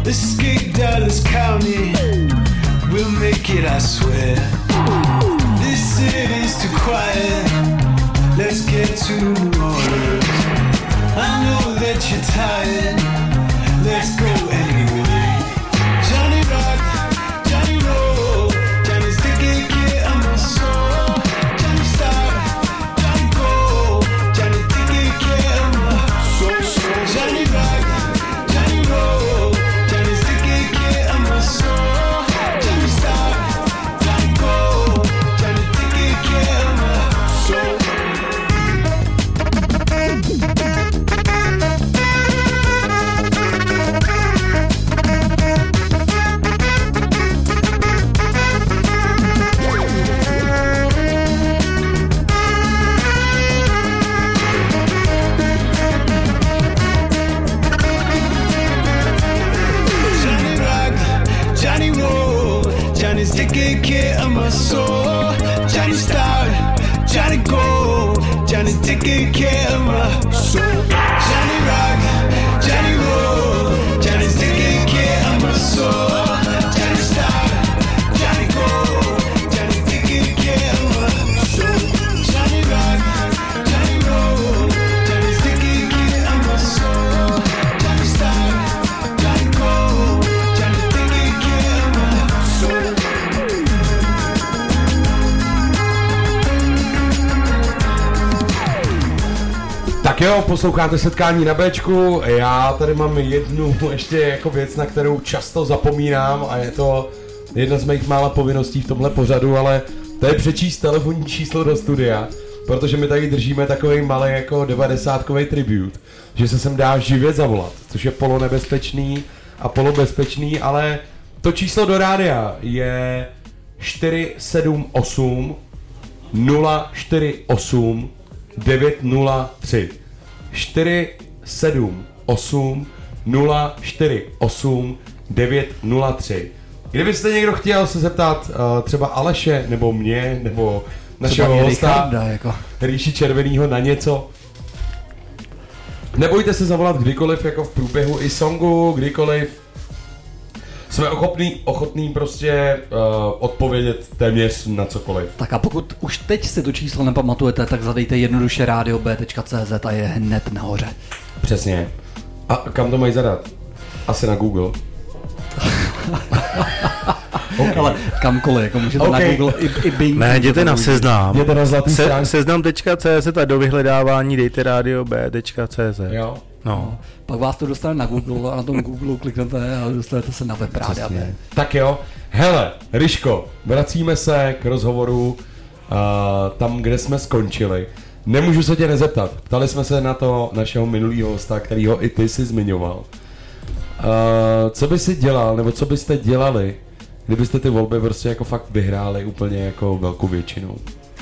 Let's escape Dallas County. We'll make it, I swear. This city's too quiet. Let's get to New Orleans. I know that you're tired. Let's go anyway. Johnny Rock, Johnny Roll, Johnny Sticky Kid on my soul. Johnny Star, Johnny Gold, Johnny Sticky Kid on my soul. Johnny Rock, Johnny Roll, Johnny Sticky Kid on my soul. Johnny Star, Johnny Gold, Johnny Sticky Kid on my soul. Johnny Rock, Johnny Roll, Johnny Sticky Kid on my soul. Johnny Star, Johnny Gold, Johnny Sticky Kid on my soul. Johnny Rock, Johnny Roll, Johnny Sticky Kid on my soul. Johnny Star, Johnny Gold, Johnny Sticky Kid on my soul. Johnny Rock, Johnny Roll, Johnny Sticky Kid on my soul. Johnny Star, Johnny Gold, Johnny Sticky Kid on my soul. Tak jo, posloucháte Setkání na Bčku, já tady mám jednu ještě jako věc, na kterou často zapomínám a je to jedna z mých mála povinností v tomhle pořadu, ale to je přečíst telefonní číslo do studia, protože my tady držíme takový malý jako 90kový tribute, že se sem dá živě zavolat, což je polonebezpečný a polobezpečný, ale to číslo do rádia je 478 048 903 478 048 903. Kdybyste někdo chtěl se zeptat třeba Aleše, nebo mě, nebo našeho hosta jako. Ríši Červenýho na něco, nebojte se zavolat kdykoliv, jako v průběhu i songu, kdykoliv. Jsme ochotný prostě odpovědět téměř na cokoliv. Tak a pokud už teď si to číslo nepamatujete, tak zadejte jednoduše radiob.cz a je hned nahoře. Přesně. A kam to mají zadat? Asi na Google. Okay. Ale kamkoliv, jako můžete na Google i Bing. Ne, jděte na Seznam. Jděte na zlatý stránky. Seznam.cz a do vyhledávání dejte radiob.cz. Jo. No. Pak vás to dostane na Google a na tom Google kliknete a dostanete se na web Rádia B. Tak jo. Hele, Ryško, vracíme se k rozhovoru tam, kde jsme skončili. Nemůžu se tě nezeptat. Ptali jsme se na to našeho minulýho hosta, kterýho i ty jsi zmiňoval. Co by si dělal, nebo co byste dělali, kdybyste ty volby prostě jako fakt vyhráli úplně jako velkou většinou?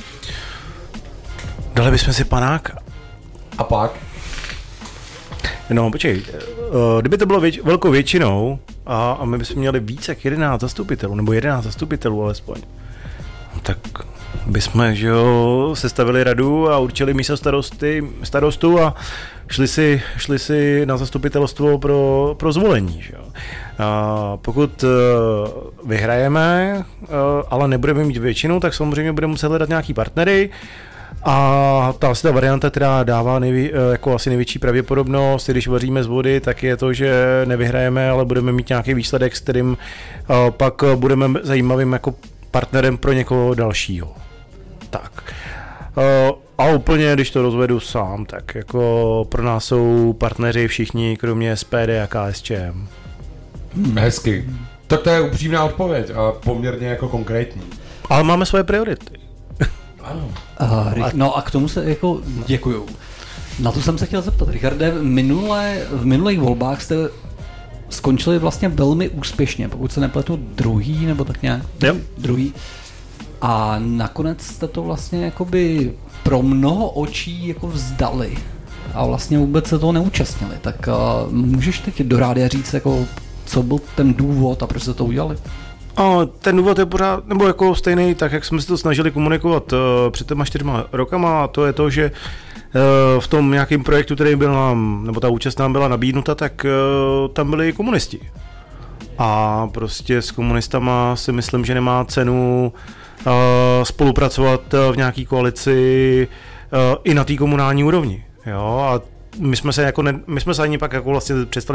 Dali bychom si panáka. A pak? No, počkej, kdyby to bylo velkou většinou a my bychom měli více jak 11 zastupitelů, nebo 11 zastupitelů alespoň, tak bychom, že jo, sestavili radu a určili místo starostu a šli si na zastupitelstvo pro zvolení, že jo. A pokud vyhrajeme, ale nebudeme mít většinu, tak samozřejmě budeme muset hledat nějaký partnery. A ta varianta, která dává jako asi největší pravděpodobnost, když vaříme z vody, tak je to, že nevyhrajeme, ale budeme mít nějaký výsledek, s kterým pak budeme zajímavým jako partnerem pro někoho dalšího. Tak. A úplně, když to rozvedu sám, tak jako pro nás jsou partneři všichni, kromě SPD a KSČM. Hezky. Tak to je upřímná odpověď a poměrně jako konkrétní. Ale máme svoje priority. Ano. No a k tomu se jako děkuju. Na to jsem se chtěl zeptat, Richarde, v minulých volbách jste skončili vlastně velmi úspěšně, pokud se nepletu druhý, nebo tak nějak druhý. A nakonec jste to vlastně jakoby pro mnoho očí jako vzdali a vlastně vůbec se toho neúčastnili. Tak můžeš teď do rádia říct, jako, co byl ten důvod a proč jste to udělali? Ten důvod je pořád, nebo jako stejný, tak jak jsme se to snažili komunikovat před těma 4 rokama, a to je to, že v tom nějakém projektu, který byl nám, nebo ta účast nám byla nabídnuta, tak tam byli komunisti. a prostě s komunistama si myslím, že nemá cenu spolupracovat v nějaký koalici i na té komunální úrovni. Jo? A my jsme se ani pak jako vlastně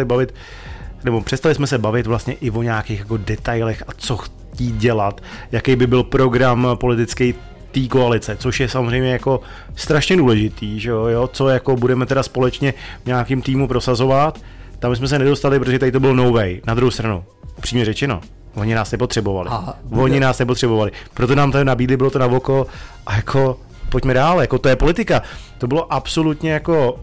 přestali jsme se bavit vlastně i o nějakých jako detailech a co chtít dělat, jaký by byl program politický té koalice, což je samozřejmě jako strašně důležitý, že jo, co jako budeme teda společně v nějakým týmu prosazovat. Tam jsme se nedostali, protože tady to byl no way. Na druhou stranu, upřímně řečeno, oni nás nepotřebovali. Proto nám to nabídli, bylo to na oko a jako pojďme dál, jako to je politika. To bylo absolutně jako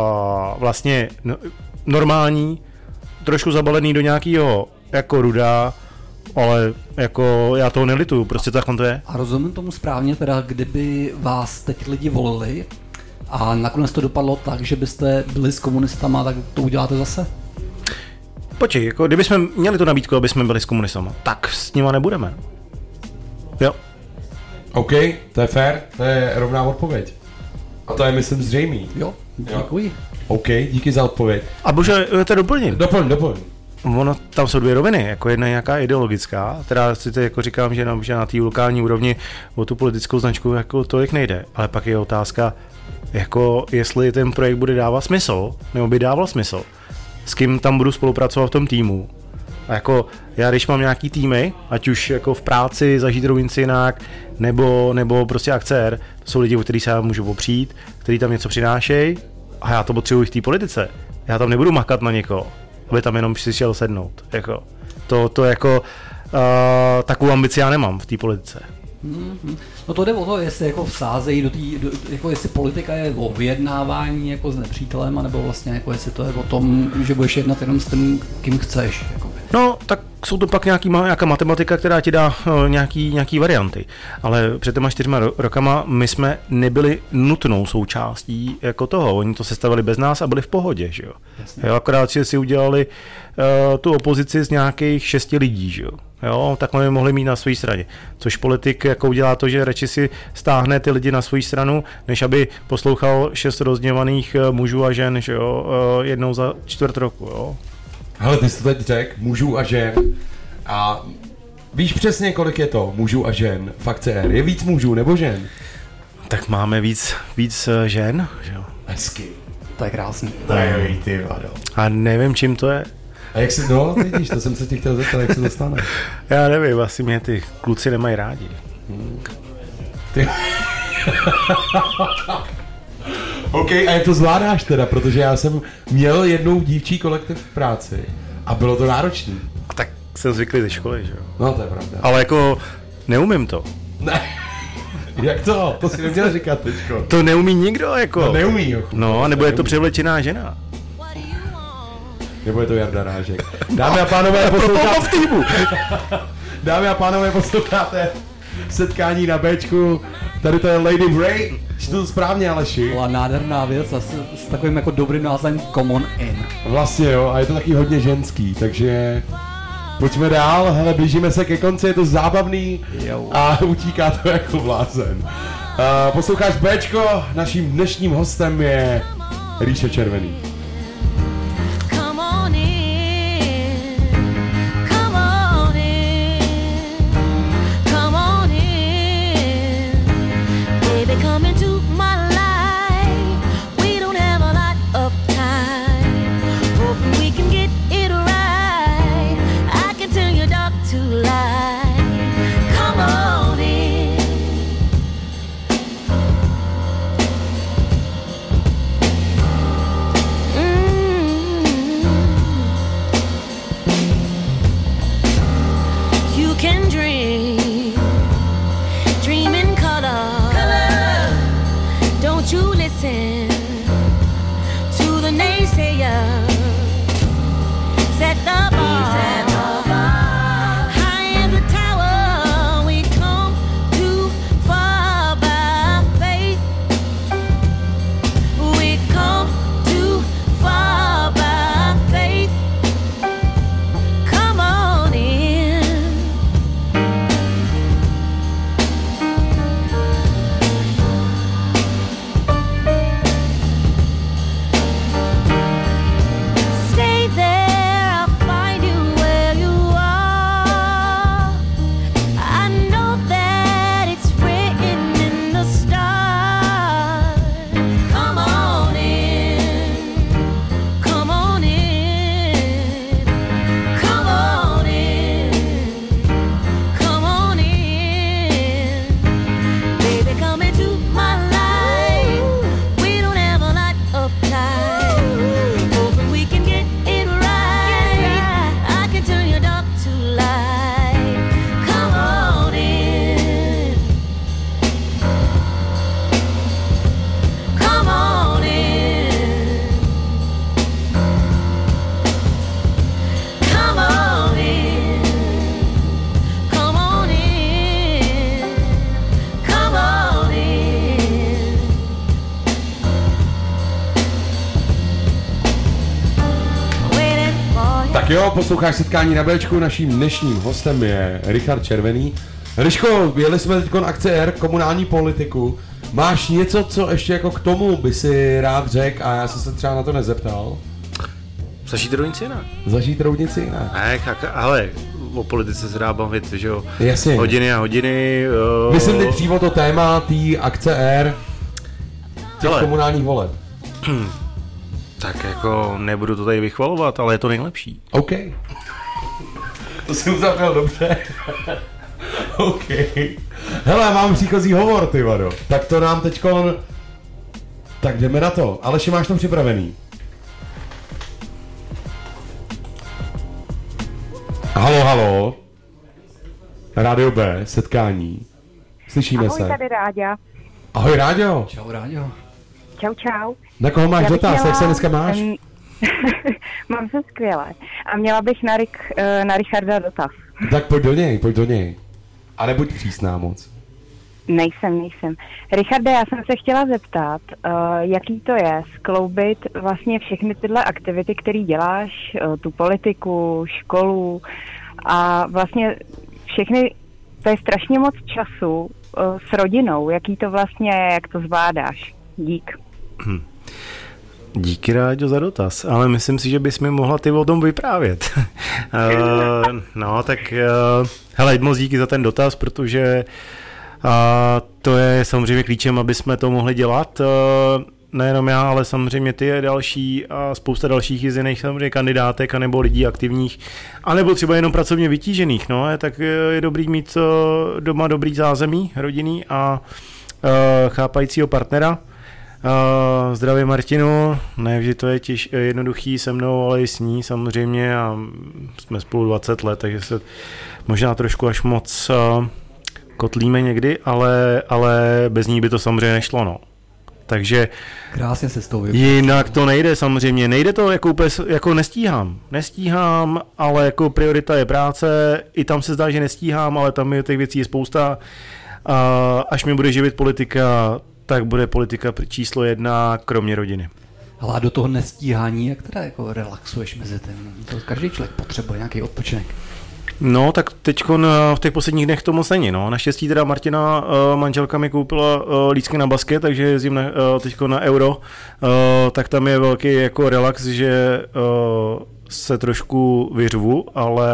vlastně normální, trošku zabalený do nějakého jako ruda, ale jako já toho nelituju, prostě takhle to je. A rozumím tomu správně, teda kdyby vás teď lidi volili a nakonec to dopadlo tak, že byste byli s komunistama, tak to uděláte zase? Počkej, jako kdybychom měli tu nabídku, aby jsme byli s komunistama, tak s nima nebudeme. Jo. OK, to je fair, to je rovná odpověď. A to je, myslím, zřejmý. Jo, děkuji. OK, díky za odpověď. A bože, to doplním. Doplň. Ono, tam jsou dvě roviny, jako jedna je nějaká ideologická, teda si to jako říkám, že na té lokální úrovni o tu politickou značku jako tolik nejde, ale pak je otázka, jako jestli ten projekt bude dávat smysl, nebo by dával smysl, s kým tam budu spolupracovat v tom týmu. A jako já, když mám nějaký týmy, ať už jako v práci, za Židrou Incinák, nebo prostě aktér, to jsou lidi, o kterých se já můžu opřít, kteří tam něco přinášejí a já to potřebuji v té politice. Já tam nebudu makat na někoho, aby tam jenom přišel sednout. Jako. To jako takovou ambici já nemám v té politice. No to jde o to, jestli jako vsázejí jako jestli politika je o vyjednávání jako s nepřítelem, nebo vlastně jako jestli to je o tom, že budeš jednat jenom s tím, kým chceš. Jakoby. No, tak jsou to pak nějaká matematika, která ti dá nějaký varianty. Ale před těma 4 rokama my jsme nebyli nutnou součástí jako toho. Oni to sestavili bez nás a byli v pohodě, že jo. Jo, akorát si udělali tu opozici z nějakých 6 lidí, že jo. Jo, takhle by mohli mít na své straně. Což politik jako udělá to, že radši si stáhne ty lidi na svou stranu, než aby poslouchal 6 rozděvaných mužů a žen, že jo, jednou za 4 roku, jo. Hele, ty jsi to teď řekl, mužů a žen. A víš přesně, kolik je to mužů a žen v akci? Je víc mužů nebo žen? Tak máme víc žen, že jo. Hezky. To je krásný. To je ty vado. A nevím, čím to je. A jak si, no, vidíš, to jsem se ti chtěl zeptat, jak se to stane. Já nevím, asi mě ty kluci nemají rádi. Ty... OK, a jak to zvládáš teda, protože já jsem měl jednou dívčí kolektiv v práci a bylo to náročné. A tak jsem zvyklý ze školy, že jo. No, to je pravda. Ale jako neumím to. Ne. Jak to? To si neměl říkat teďko. To neumí nikdo, jako. No, neumí, jo. No, nebo je to převlečená žena. Nebo je to Jarda Rážek. Dámy a pánové, posloucháte setkání na Bčku. Tady to je Lady Bray. Čtu to správně, Aleši. Byla nádherná věc a s takovým jako dobrým názvem Common In. Vlastně jo, a je to taky hodně ženský, takže pojďme dál. Hele, blížíme se ke konci, je to zábavný a utíká to jako blázen. Posloucháš Bčko, naším dnešním hostem je Ríša Červený. Tak jo, posloucháš Setkání na Bčku, naším dnešním hostem je Richard Červený. Ryško, jeli jsme teď akce R, komunální politiku. Máš něco, co ještě jako k tomu by si rád řekl a já jsem se třeba na to nezeptal? Zažít rovnici jinak. Zažít rovnici jinak. Ale o politice se dá bavit, že jo? Jasně. Hodiny a hodiny. Myslím teď přímo to téma té akce R, těch komunálních voleb. Tak jako nebudu to tady vychvalovat, ale je to nejlepší. OK. To si uzavřel dobře. OK. Hele, mám příchozí hovor, ty vado. Tak to nám teďkon... Tak jdeme na to. Aleši, máš to připravený? Halo, halo. Rádio B, setkání. Slyšíme se. Ahoj, tady Ráďa. Ahoj, Ráďo. Čau, Ráďo. Čau, čau. Na koho máš dotaz? Jak se dneska máš? Mám se skvěle. A měla bych na Richarda dotaz. Tak pojď do něj. A nebuď přísná moc. Nejsem. Richarde, já jsem se chtěla zeptat, jaký to je skloubit vlastně všechny tyhle aktivity, které děláš, tu politiku, školu a vlastně všechny, to je strašně moc času s rodinou, jaký to vlastně, jak to zvládáš. Dík. Díky, Ráďo, za dotaz, ale myslím si, že bys mi mohla ty o tom vyprávět. No, tak hele, moc díky za ten dotaz, protože to je samozřejmě klíčem, aby jsme to mohli dělat. Nejenom já, ale samozřejmě ty a další a spousta dalších jiných samozřejmě kandidátek anebo lidí aktivních, anebo třeba jenom pracovně vytížených. No, tak je dobrý mít doma dobrý zázemí rodinný a chápajícího partnera. Zdravím Martinu, ne vždy to je jednoduchý se mnou, ale i s ní samozřejmě a jsme spolu 20 let, takže se možná trošku až moc kotlíme někdy, ale bez ní by to samozřejmě nešlo, no. Takže krásně se s tou jinak to nejde samozřejmě, nejde to jako úplně, jako nestíhám, ale jako priorita je práce, i tam se zdá, že nestíhám, ale tam je těch věcí je spousta, až mi bude živit politika, tak bude politika číslo 1, kromě rodiny. Ale a do toho nestíhání, jak teda jako relaxuješ mezi tím? To každý člověk potřebuje nějaký odpočinek. No, tak teďko v těch posledních dnech to moc není, no. Naštěstí teda Martina, manželka mi koupila lístky na basket, takže jezdím teďko na Euro, tak tam je velký jako relax, že se trošku vyřvu, ale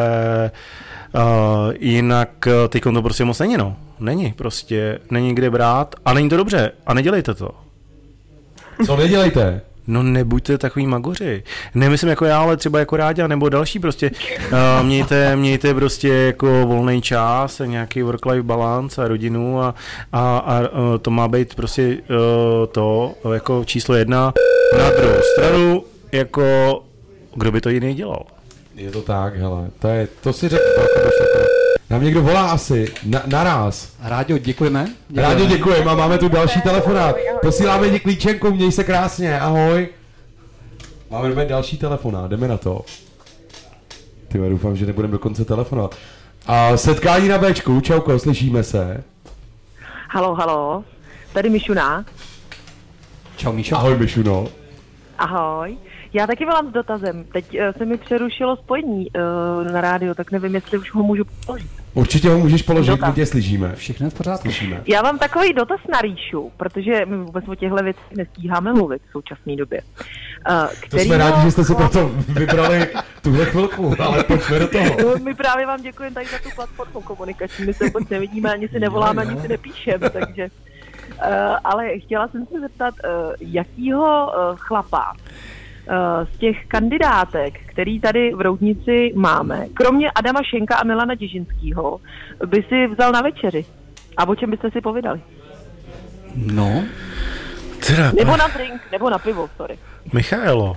jinak teďko to prostě moc není, no. Není kde brát a není to dobře a nedělejte to. Co nedělejte? No nebuďte takový magoři. Nemyslím jako já, ale třeba jako Ráďa nebo další prostě. Mějte prostě jako volný čas, nějaký work-life balance a rodinu a to má být prostě to jako číslo 1. Na druhou stranu jako kdo by to jiný dělal. Je to tak, hele, to si řekl. Nám někdo volá asi, naraz. Ráďo, děkujeme. Ráďo, děkujeme a máme tu další telefonát. Posíláme ti klíčenku, měj se krásně, ahoj. Máme další telefonát, jdeme na to. Tyhle, doufám, že nebudeme dokonce telefonovat. A setkání na Bčku, čauko, slyšíme se. Halo, tady Mišuna. Čau Míšo. Ahoj Mišuno. Ahoj. Já taky volám s dotazem. Teď se mi přerušilo spojení na rádio, tak nevím, jestli už ho můžu položit. Určitě ho můžeš položit, my tě slyšíme. Všechno v pořádku. Slyšíme. Já mám takový dotaz na Ríšu, protože my vůbec o těchto věcech nestíháme mluvit v současné době. To jsme rádi, že jste si proto vybrali tuhle chvilku, ale pojďme do toho. My právě vám děkujeme tady za tu platformu komunikační, my se vůbec nevidíme, ani si nevoláme, ani si nepíšeme, takže... ale chtěla jsem se zeptat, jakýho chlapa z těch kandidátek, který tady v Roudnici máme, kromě Adama Šenka a Milana Děžinskýho, by si vzal na večeři? A o čem byste si povídali? No. Nebo na drink, nebo na pivo, sorry. Michaelo.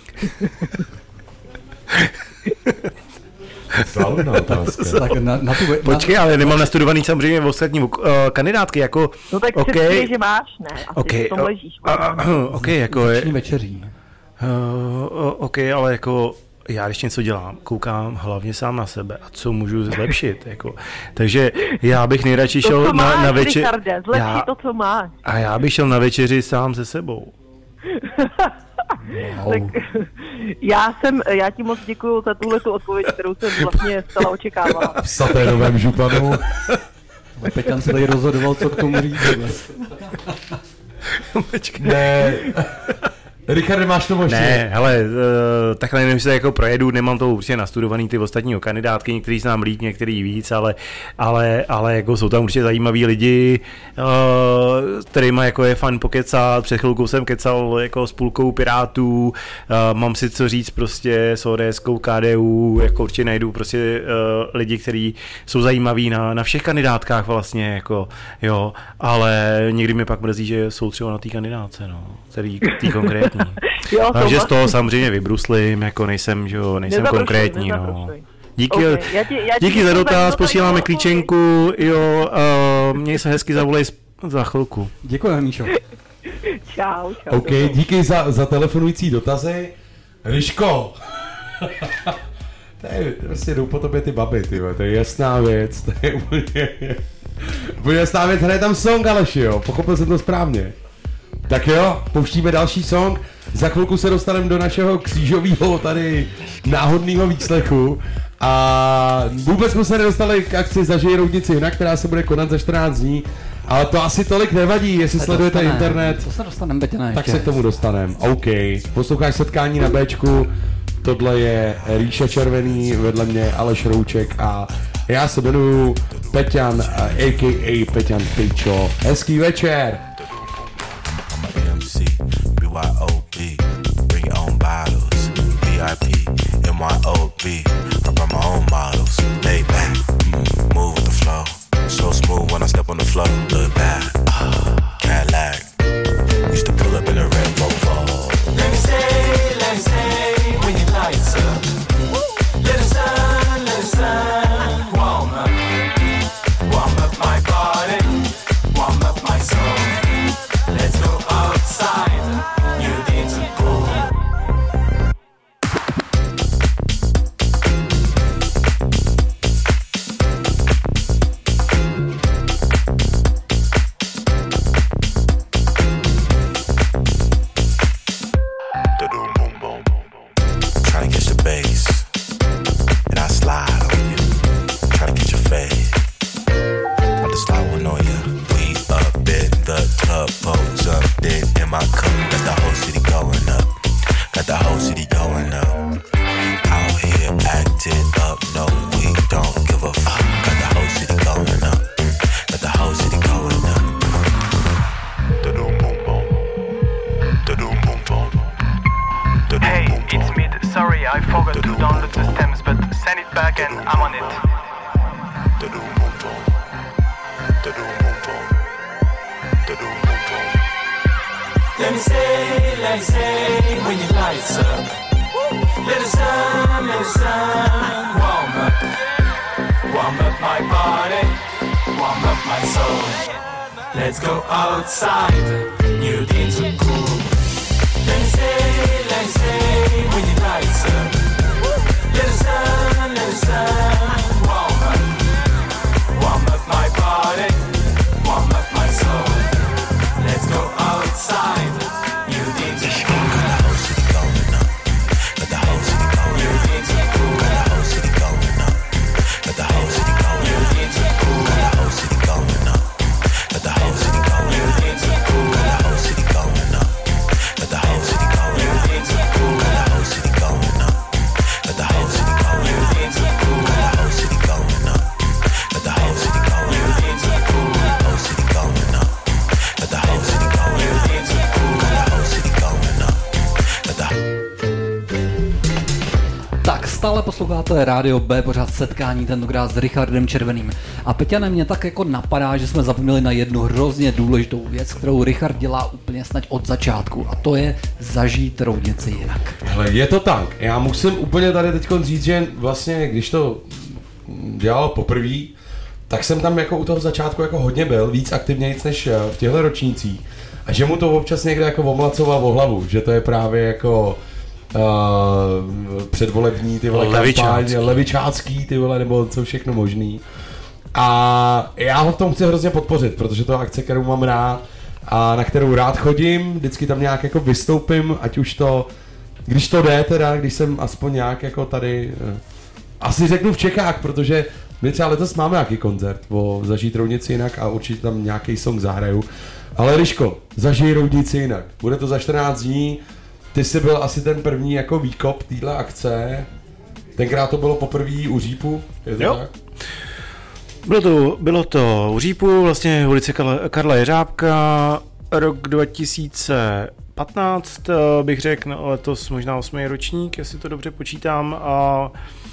Záludná otázka. Počkej, ale nemám nastudovaný samozřejmě ostatní kandidátky, jako... No tak okay. že máš, ne? Asi okay. v tom ležíš. OK, jako je... večeří. OK, ale jako... Já když něco dělám, koukám hlavně sám na sebe a co můžu zlepšit, jako. Takže já bych nejradši šel na večeři. Zlepší to, co máš. A já bych šel na večeři sám se sebou. Tak já ti moc děkuju za tuhletu odpověď, kterou jsem vlastně zcela očekávala. V saténovém županu. Peťan se tady rozhodoval, co k tomu říct. Ne. Richarde, máš to možná? Ne, hele, takhle nevím, že jako projedu, nemám to určitě nastudovaný ty ostatní kandidátky, některý znám líp, některý víc, ale jako jsou tam určitě zajímaví lidi, kterýma jako je fajn pokecat. Před chvilkou jsem kecal jako s půlkou Pirátů, mám si co říct prostě s ODSkou, KDU, jako určitě najdu prostě lidi, kteří jsou zajímaví na všech kandidátkách vlastně, jako jo, ale někdy mi pak mrzí, že jsou třeba na té kandidátce, no, tý konkrétní. Jo, takže z toho samozřejmě vybruslím, jako nejsem konkrétní, no. Díky, Okay, díky za dotaz, posíláme klíčenku, jo, měj se hezky, zavolej za chvilku. Děkujeme, Míšo. Čau. OK, díky za telefonující dotazy. Ryško! To je, prostě jdou po tobě ty baby, tyhle, to je jasná věc, to je úplně jasná věc, hraje tam song, Aleši, jo, pochopil jsem to správně. Tak jo, pouštíme další song, za chvilku se dostaneme do našeho křížového tady náhodného výslechu a vůbec jsme se nedostali k akci Zažij roudnici jinak, která se bude konat za 14 dní, ale to asi tolik nevadí, jestli sledujete internet, to se dostaneme, Beťane, tak se k tomu dostaneme. OK, posloucháš Setkání na Bčku, tohle je Ríša Červený, vedle mě Aleš Rouček a já se jmenuju Peťan, a.k.a. Peťan Pičo. Hezký večer! BYOB, bring your own bottles. VIP, MYOB, I brought my own models. Lay back, move with the flow. So smooth when I step on the floor. Look back, Cadillac. Used to pull up in a red Volvo. Let me say, when you lights up. Let the sun, warm up my body, warm up my soul. Let's go outside, you need to go. Try to catch the bass, and I slide on you. Try to catch your fade, I just slide one on you. We up in the club, pose up, then in my cup. Got the whole city going up, got the whole city going up. Out here acting up, no, we don't give a fuck. Got the whole city going up, got the whole city going up. Hey, it's me. Sorry, I forgot to download the stems, but send it back and I'm on it. Let me say, when you lights up. Let the sun, warm up my body, warm up my soul. Let's go outside, you need to cool. Let me say, when you lights up. Let the sun, warm up my body, warm up my soul. Let's go outside, you need to cool. Got the whole city going up, got the whole city going You up. need to cool. Got the whole city going up, got the whole city going You up. need to cool. Got the whole city going up, got the whole city going You up. need to cool. Got the whole city going up, got the whole city going You up. need to cool. Got the whole city going up, got the whole city going You up. need to cool. Got the whole city going up, got the whole city going You up. need to cool. Got the whole city going up, got the whole city going You up. need to cool. Got the whole city going up, got the. Tak stále posloucháte Rádio B, pořád Setkání, tentokrát s Richardem Červeným. A Peťane, mě tak jako napadá, že jsme zapomněli na jednu hrozně důležitou věc, kterou Richard dělá úplně snad od začátku, a to je zažít roudnici jinak. Hele, je to tak. Já musím úplně tady teď říct, že vlastně, když to dělal poprvé, tak jsem tam jako u toho začátku jako hodně byl, víc aktivnějc než v těchto ročnících. A že mu to občas někde jako omlacoval o hlavu, že to je právě jako předvolební ty vole levičácký ty vole, nebo co všechno možný. A já ho v tom chci hrozně podpořit, protože to je akce, kterou mám rád a na kterou rád chodím, vždycky tam nějak jako vystoupím, ať už to, když to jde teda, když jsem aspoň nějak jako tady, asi řeknu v Čechách, protože my třeba letos máme nějaký koncert o Zažít Roudnici jinak a určitě tam nějaký song zahraju. Ale Liško, Zažij Roudnici jinak. Bude to za 14 dní. Ty jsi byl asi ten první jako výkop téhle akce. Tenkrát to bylo poprvé u Řípu, je to tak? Bylo to u Řípu, vlastně ulice Karla Jeřábka, rok 2015 bych řekl, letos možná 8. ročník, jestli to dobře počítám a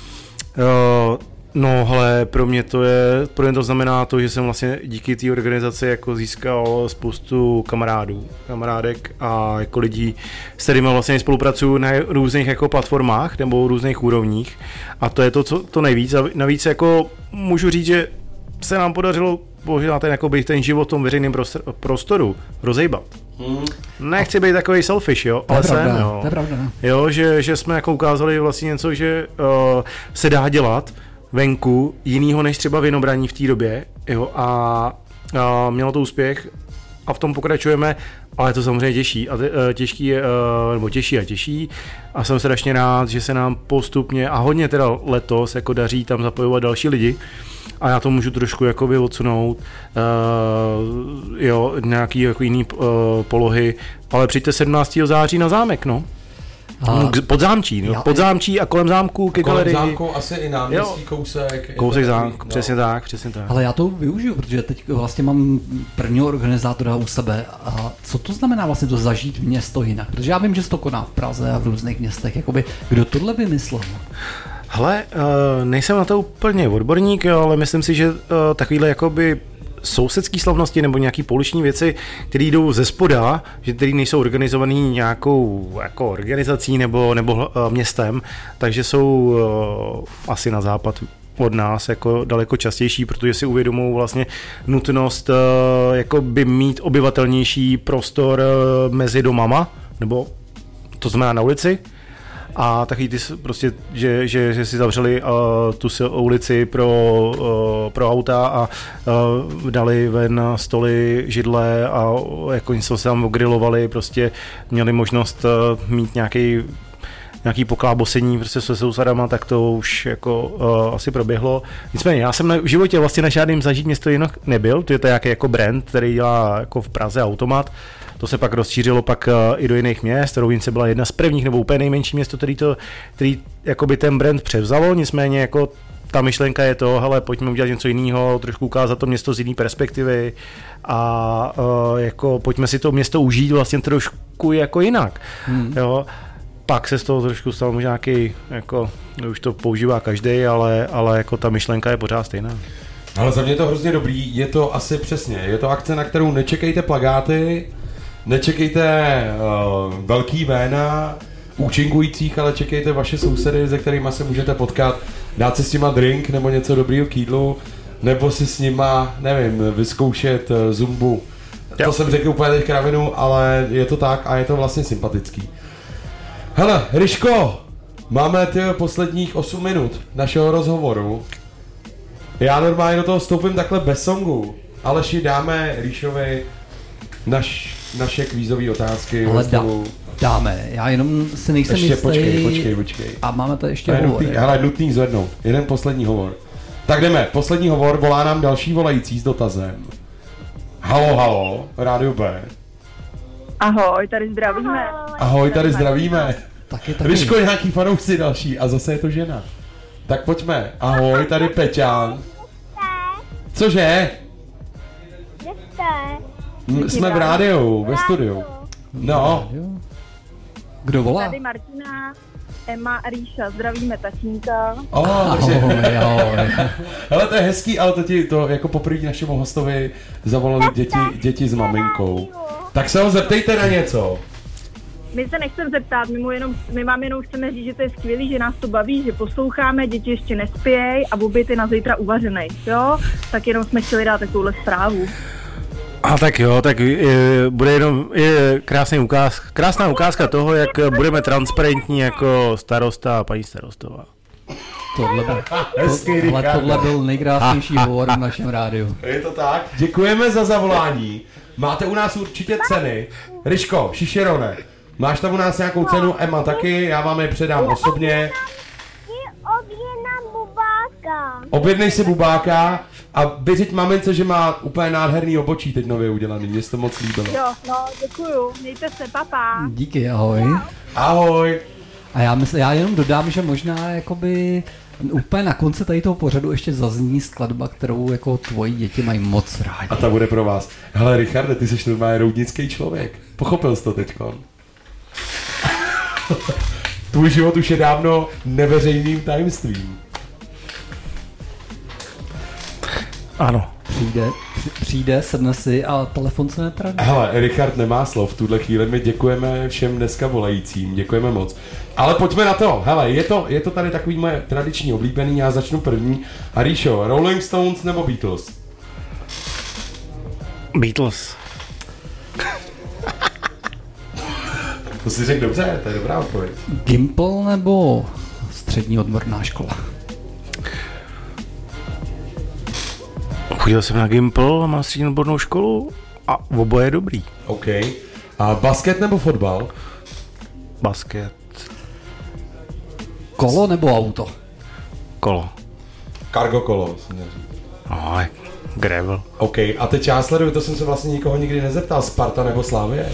no hele, pro mě to znamená to, že jsem vlastně díky té organizaci jako získal spoustu kamarádek a jako lidí, s kterými vlastně spolupracuju na různých jako platformách nebo různých úrovních a to je to nejvíc a navíc jako můžu říct, že se nám podařilo bohužel ten život v tom veřejném prostoru rozejbat. Nechci být takový selfish, jo, ale jsem, jo. To je pravda. Jo, že jsme jako ukázali vlastně něco, že se dá dělat venku jinýho než třeba vinobraní v té době, jo, a mělo to úspěch a v tom pokračujeme, ale to samozřejmě těžší a těžší a jsem strašně rád, že se nám postupně a hodně teda letos jako daří tam zapojovat další lidi a já to můžu trošku jakoby odsunout, jo, nějaký jako jiný polohy, ale přijďte 17. září na zámek, no. Pod zámčí a kolem zámku ke galerii. Kolem zámku asi i náměstí kousek. Kousek zámku, přesně tak. Ale já to využiju, protože teď vlastně mám prvního organizátora u sebe a co to znamená vlastně to zažít město jinak? Protože já vím, že se to koná v Praze a v různých městech, jakoby, kdo tohle vymyslel? Hele, nejsem na to úplně odborník, jo, ale myslím si, že takovýhle jakoby sousedský slavnosti nebo nějaký pouliční věci, které jdou ze spoda, že které nejsou organizovaný nějakou jako organizací nebo městem, takže jsou asi na západ od nás jako daleko častější, protože si uvědomují vlastně nutnost jako by mít obyvatelnější prostor mezi domama, nebo to znamená na ulici. A taky ty prostě, že si zavřeli tu ulici pro auta a dali ven stoly, židle a jako něco se tam ogrilovali, prostě měli možnost mít nějaký poklábosení prostě se sousedama, tak to už jako asi proběhlo. Nicméně, já jsem v životě vlastně na žádným Zažít město jinak nebyl, to je to jako brand, který dělá jako v Praze automat. To se pak rozšířilo pak i do jiných měst. Roudnice byla jedna z prvních nebo úplně nejmenší město, který jakoby ten brand převzalo, nicméně jako ta myšlenka je to, hele, pojďme udělat něco jiného, trošku ukázat to město z jiné perspektivy a jako pojďme si to město užít vlastně trošku jako jinak. Jo. Pak se z toho trošku stal možná nějaký, jako, už to používá každý, ale jako ta myšlenka je pořád stejná. Ale za mě je to hrozně dobrý, je to asi přesně, je to akce, na kterou nečekejte plakáty, nečekejte velký jména účinkujících, ale čekejte vaše sousedy, se kterými se můžete potkat, dát si s nima drink nebo něco dobrýho k jídlu, nebo si s nima, nevím, vyzkoušet zumbu. To jsem řekl úplně teď kravinu, ale je to tak a je to vlastně sympatický. Hele, Ryško, máme ty posledních 8 minut našeho rozhovoru. Já normálně do toho vstoupím takhle bez songu, Aleši, dáme Ríšovi naše kvízové otázky. Ale dáme, já jenom si nejsem ještě jistý. Počkej. A máme tady ještě hovor. Hele, nutný zvednout. Jeden poslední hovor. Tak jdeme, poslední hovor, volá nám další volající s dotazem. Halo, Rádio B. Ahoj, tady zdravíme. Ahoj, tady zdravíme. Taky. Ryško, nějaký fanoušci další a zase je to žena. Tak pojďme. Ahoj, tady Peťán. Cože? Jsme v rádiu, ve studiu. No. Kdo volá? Tady Martina, Emma a Ríša, zdravíme tatínka. Hele, to je hezký, ale to jako poprvé našemu hostovi zavolali děti s maminkou. Tak se ho zeptejte na něco. My se nechceme zeptat, my vám jenom chceme říct, že to je skvělý, že nás to baví, že posloucháme, děti ještě nespějí a oběd je na zítra uvařenej, jo? Tak jenom jsme chtěli dát takovouhle zprávu. A tak jo, tak bude jenom krásná ukázka toho, jak budeme transparentní jako starosta a paní starostová. Tohle byl nejkrásnější hovor v našem rádiu. Je to tak? Děkujeme za zavolání. Máte u nás určitě ceny. Ryško, Šišerone, máš tam u nás nějakou cenu? Emma taky, já vám je předám osobně. Objednej si bubáka a vyřiď mamince, že má úplně nádherný obočí teď nově udělaný, mě se to moc líbilo. Jo, no, děkuju, mějte se, papa. Díky, ahoj. Ahoj. A já jenom dodám, že možná jakoby úplně na konci tady toho pořadu ještě zazní skladba, kterou jako tvoji děti mají moc rádi. A ta bude pro vás. Hele, Richarde, ty jsi normálně roudnický člověk. Pochopil jsi to teďkon? Tvůj život už je dávno neveřejným tajemstvím. Ano. Přijde, sedne si a telefon se netrade. Hele, Richard nemá slov, v tuhle chvíli my děkujeme všem dneska volajícím, děkujeme moc. Ale pojďme na to, hele, je to tady takový moje tradiční oblíbený, já začnu první. A Ríšo, Rolling Stones nebo Beatles? Beatles. To si řekl dobře, to je dobrá odpověď. Gimple nebo střední odborná škola? Chodil jsem na Gimple a mám střední odbornou školu a oboje je dobrý. OK. A basket nebo fotbal? Basket. Kolo nebo auto? Kolo. Cargo kolo. No, gravel. OK. A teď já sleduju, to jsem se vlastně nikoho nikdy nezeptal, Sparta nebo Slavie?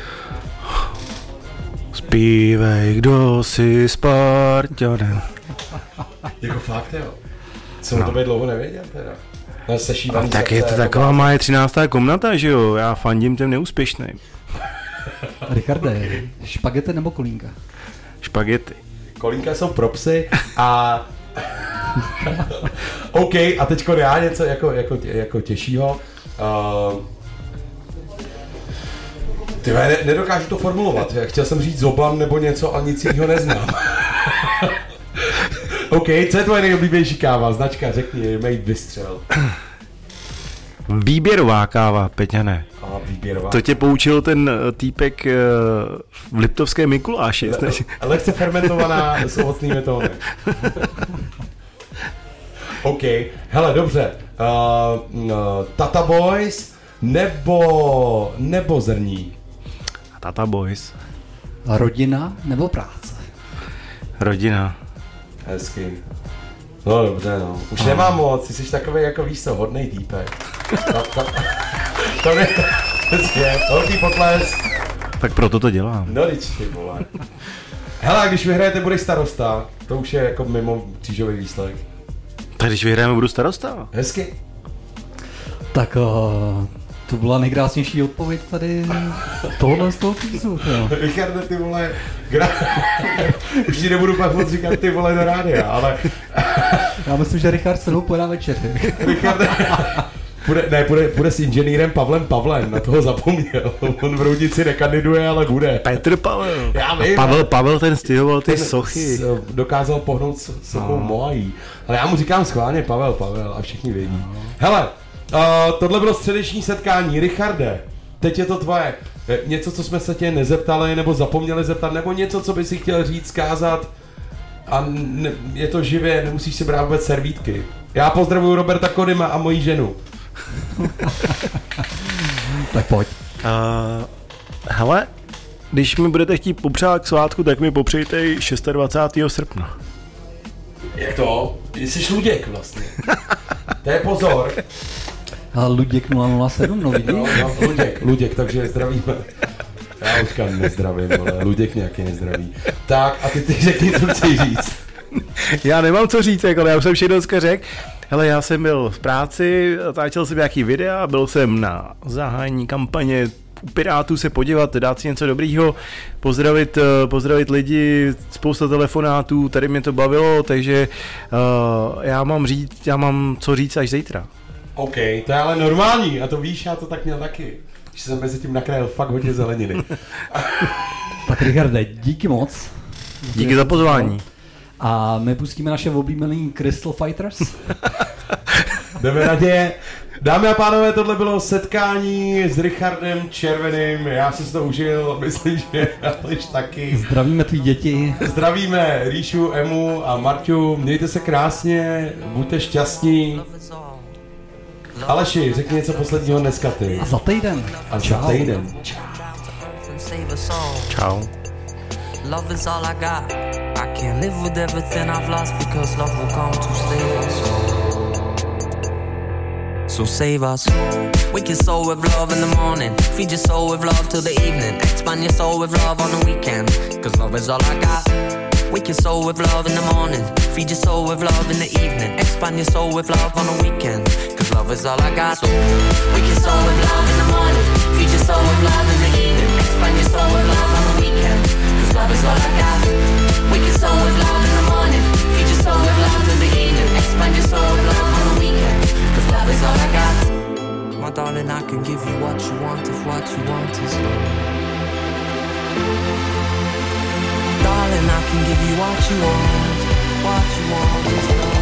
Zpívej, kdo si Spartanem. Jako fakt, jo. Jsem o tobě dlouho nevěděl teda. No, tak je to taková má 13. komnata, že jo? Já fandím těm neúspěšným. Richarde, špagety nebo kolínka? Špagety. Kolínka jsou pro psy a... OK, a teďko já něco jako těžšího. Nedokážu to formulovat. Chtěl jsem říct zoban nebo něco a nic jiného neznám. OK, co je tvoje nejoblíbenější káva? Značka, řekni, made vystřel. Výběrová káva, Peťane. Výběrová. To tě poučil ten týpek v Liptovské Mikuláši. Lehce fermentovaná s ovocnými tóny. OK, hele, dobře. Tata Boys nebo zrní? Tata Boys. Rodina nebo práce? Rodina. Hezky. No dobře, no. Už nemám moc, ty jsi takový jako víš co, hodnej týpek. To je přesně, velký potles. Tak proto to dělám. No teď ty vole. Hele, když vyhrajete, budeš starosta. To už je jako mimo křížový výsledek. Tak když vyhrajeme, budu starosta. Hezky. Tak to byla nejkrásnější odpověď tady tohle z toho písu. Richarde, ty vole, už ti nebudu pak moc říkat ty vole do rádia, ale... Já myslím, že Richard se půjde na večer. Richarde, půjde s inženýrem Pavlem, na toho zapomněl. On v Roudnici nekandiduje, ale bude. Petr Pavel. Já vím. Pavel ten stěhoval ty sochy. Dokázal pohnout sochou Moají. Ale já mu říkám schválně Pavel a všichni vědí. Hele, tohle bylo středeční setkání. Richarde, teď je to tvoje. Něco, co jsme se tě nezeptali, nebo zapomněli zeptat, nebo něco, co by si chtěl říct, zkázat. A je to živě, nemusíš si brát vůbec servítky. Já pozdravuju Roberta Kodyma a moji ženu. Tak pojď. Hele, když mi budete chtít popřát k svátku, tak mi popřejte 26. srpna. Jak to? Jsi Luděk vlastně. To je pozor. A Luděk 007, no vidíš? No, Luděk, takže zdravíme. Já Luďka nezdravím, ale Luděk nějaký nezdraví. Tak a ty řekni, co chceš říct. Já nemám co říct, ale já už jsem všechno dneska řekl. Hele, já jsem byl v práci, táčel jsem nějaký videa, byl jsem na zahájení kampaně u Pirátů se podívat, dát si něco dobrýho, pozdravit lidi, spousta telefonátů, tady mě to bavilo, takže já mám co říct až zítra. OK, to je ale normální a to víš, já to tak měl taky. Když jsem mezi tím nakrájel fakt hodně zeleniny. Tak Richarde, díky moc. Díky za pozvání. A my pustíme naše oblíbený Crystal Fighters. Jdeme na ně. Dámy a pánové, tohle bylo setkání s Richardem Červeným. Já si to užil, myslím, že Aleš taky. Zdravíme tvý děti. Zdravíme Ríšu, Emu a Marťu. Mějte se krásně, buďte šťastní. Aleši, řekni něco posledního dneska ty. A za týden. A za týden. Čau. Love is all I got. I can't live with everything I've lost because love will come to save us. So save us. Wake your soul with love in the morning. Feed your soul with love till the evening. Expand your soul with love on the weekend. Cause love is all I got. Wake your soul with love in the morning. Feed your soul with love in the evening. Expand your soul with love on the weekend. Cause love is all I got. So wake your soul with love in the morning. Feed your soul with love in the evening. Expand your soul with love on the weekend. Cause love is all I got. Wake your soul with love in the morning. Feed your soul with love in the evening. Expand your soul with love on the weekend. Cause love is all I got. My darling, I can give you what you want if what you want is love. Darling, I can give you what you want is love.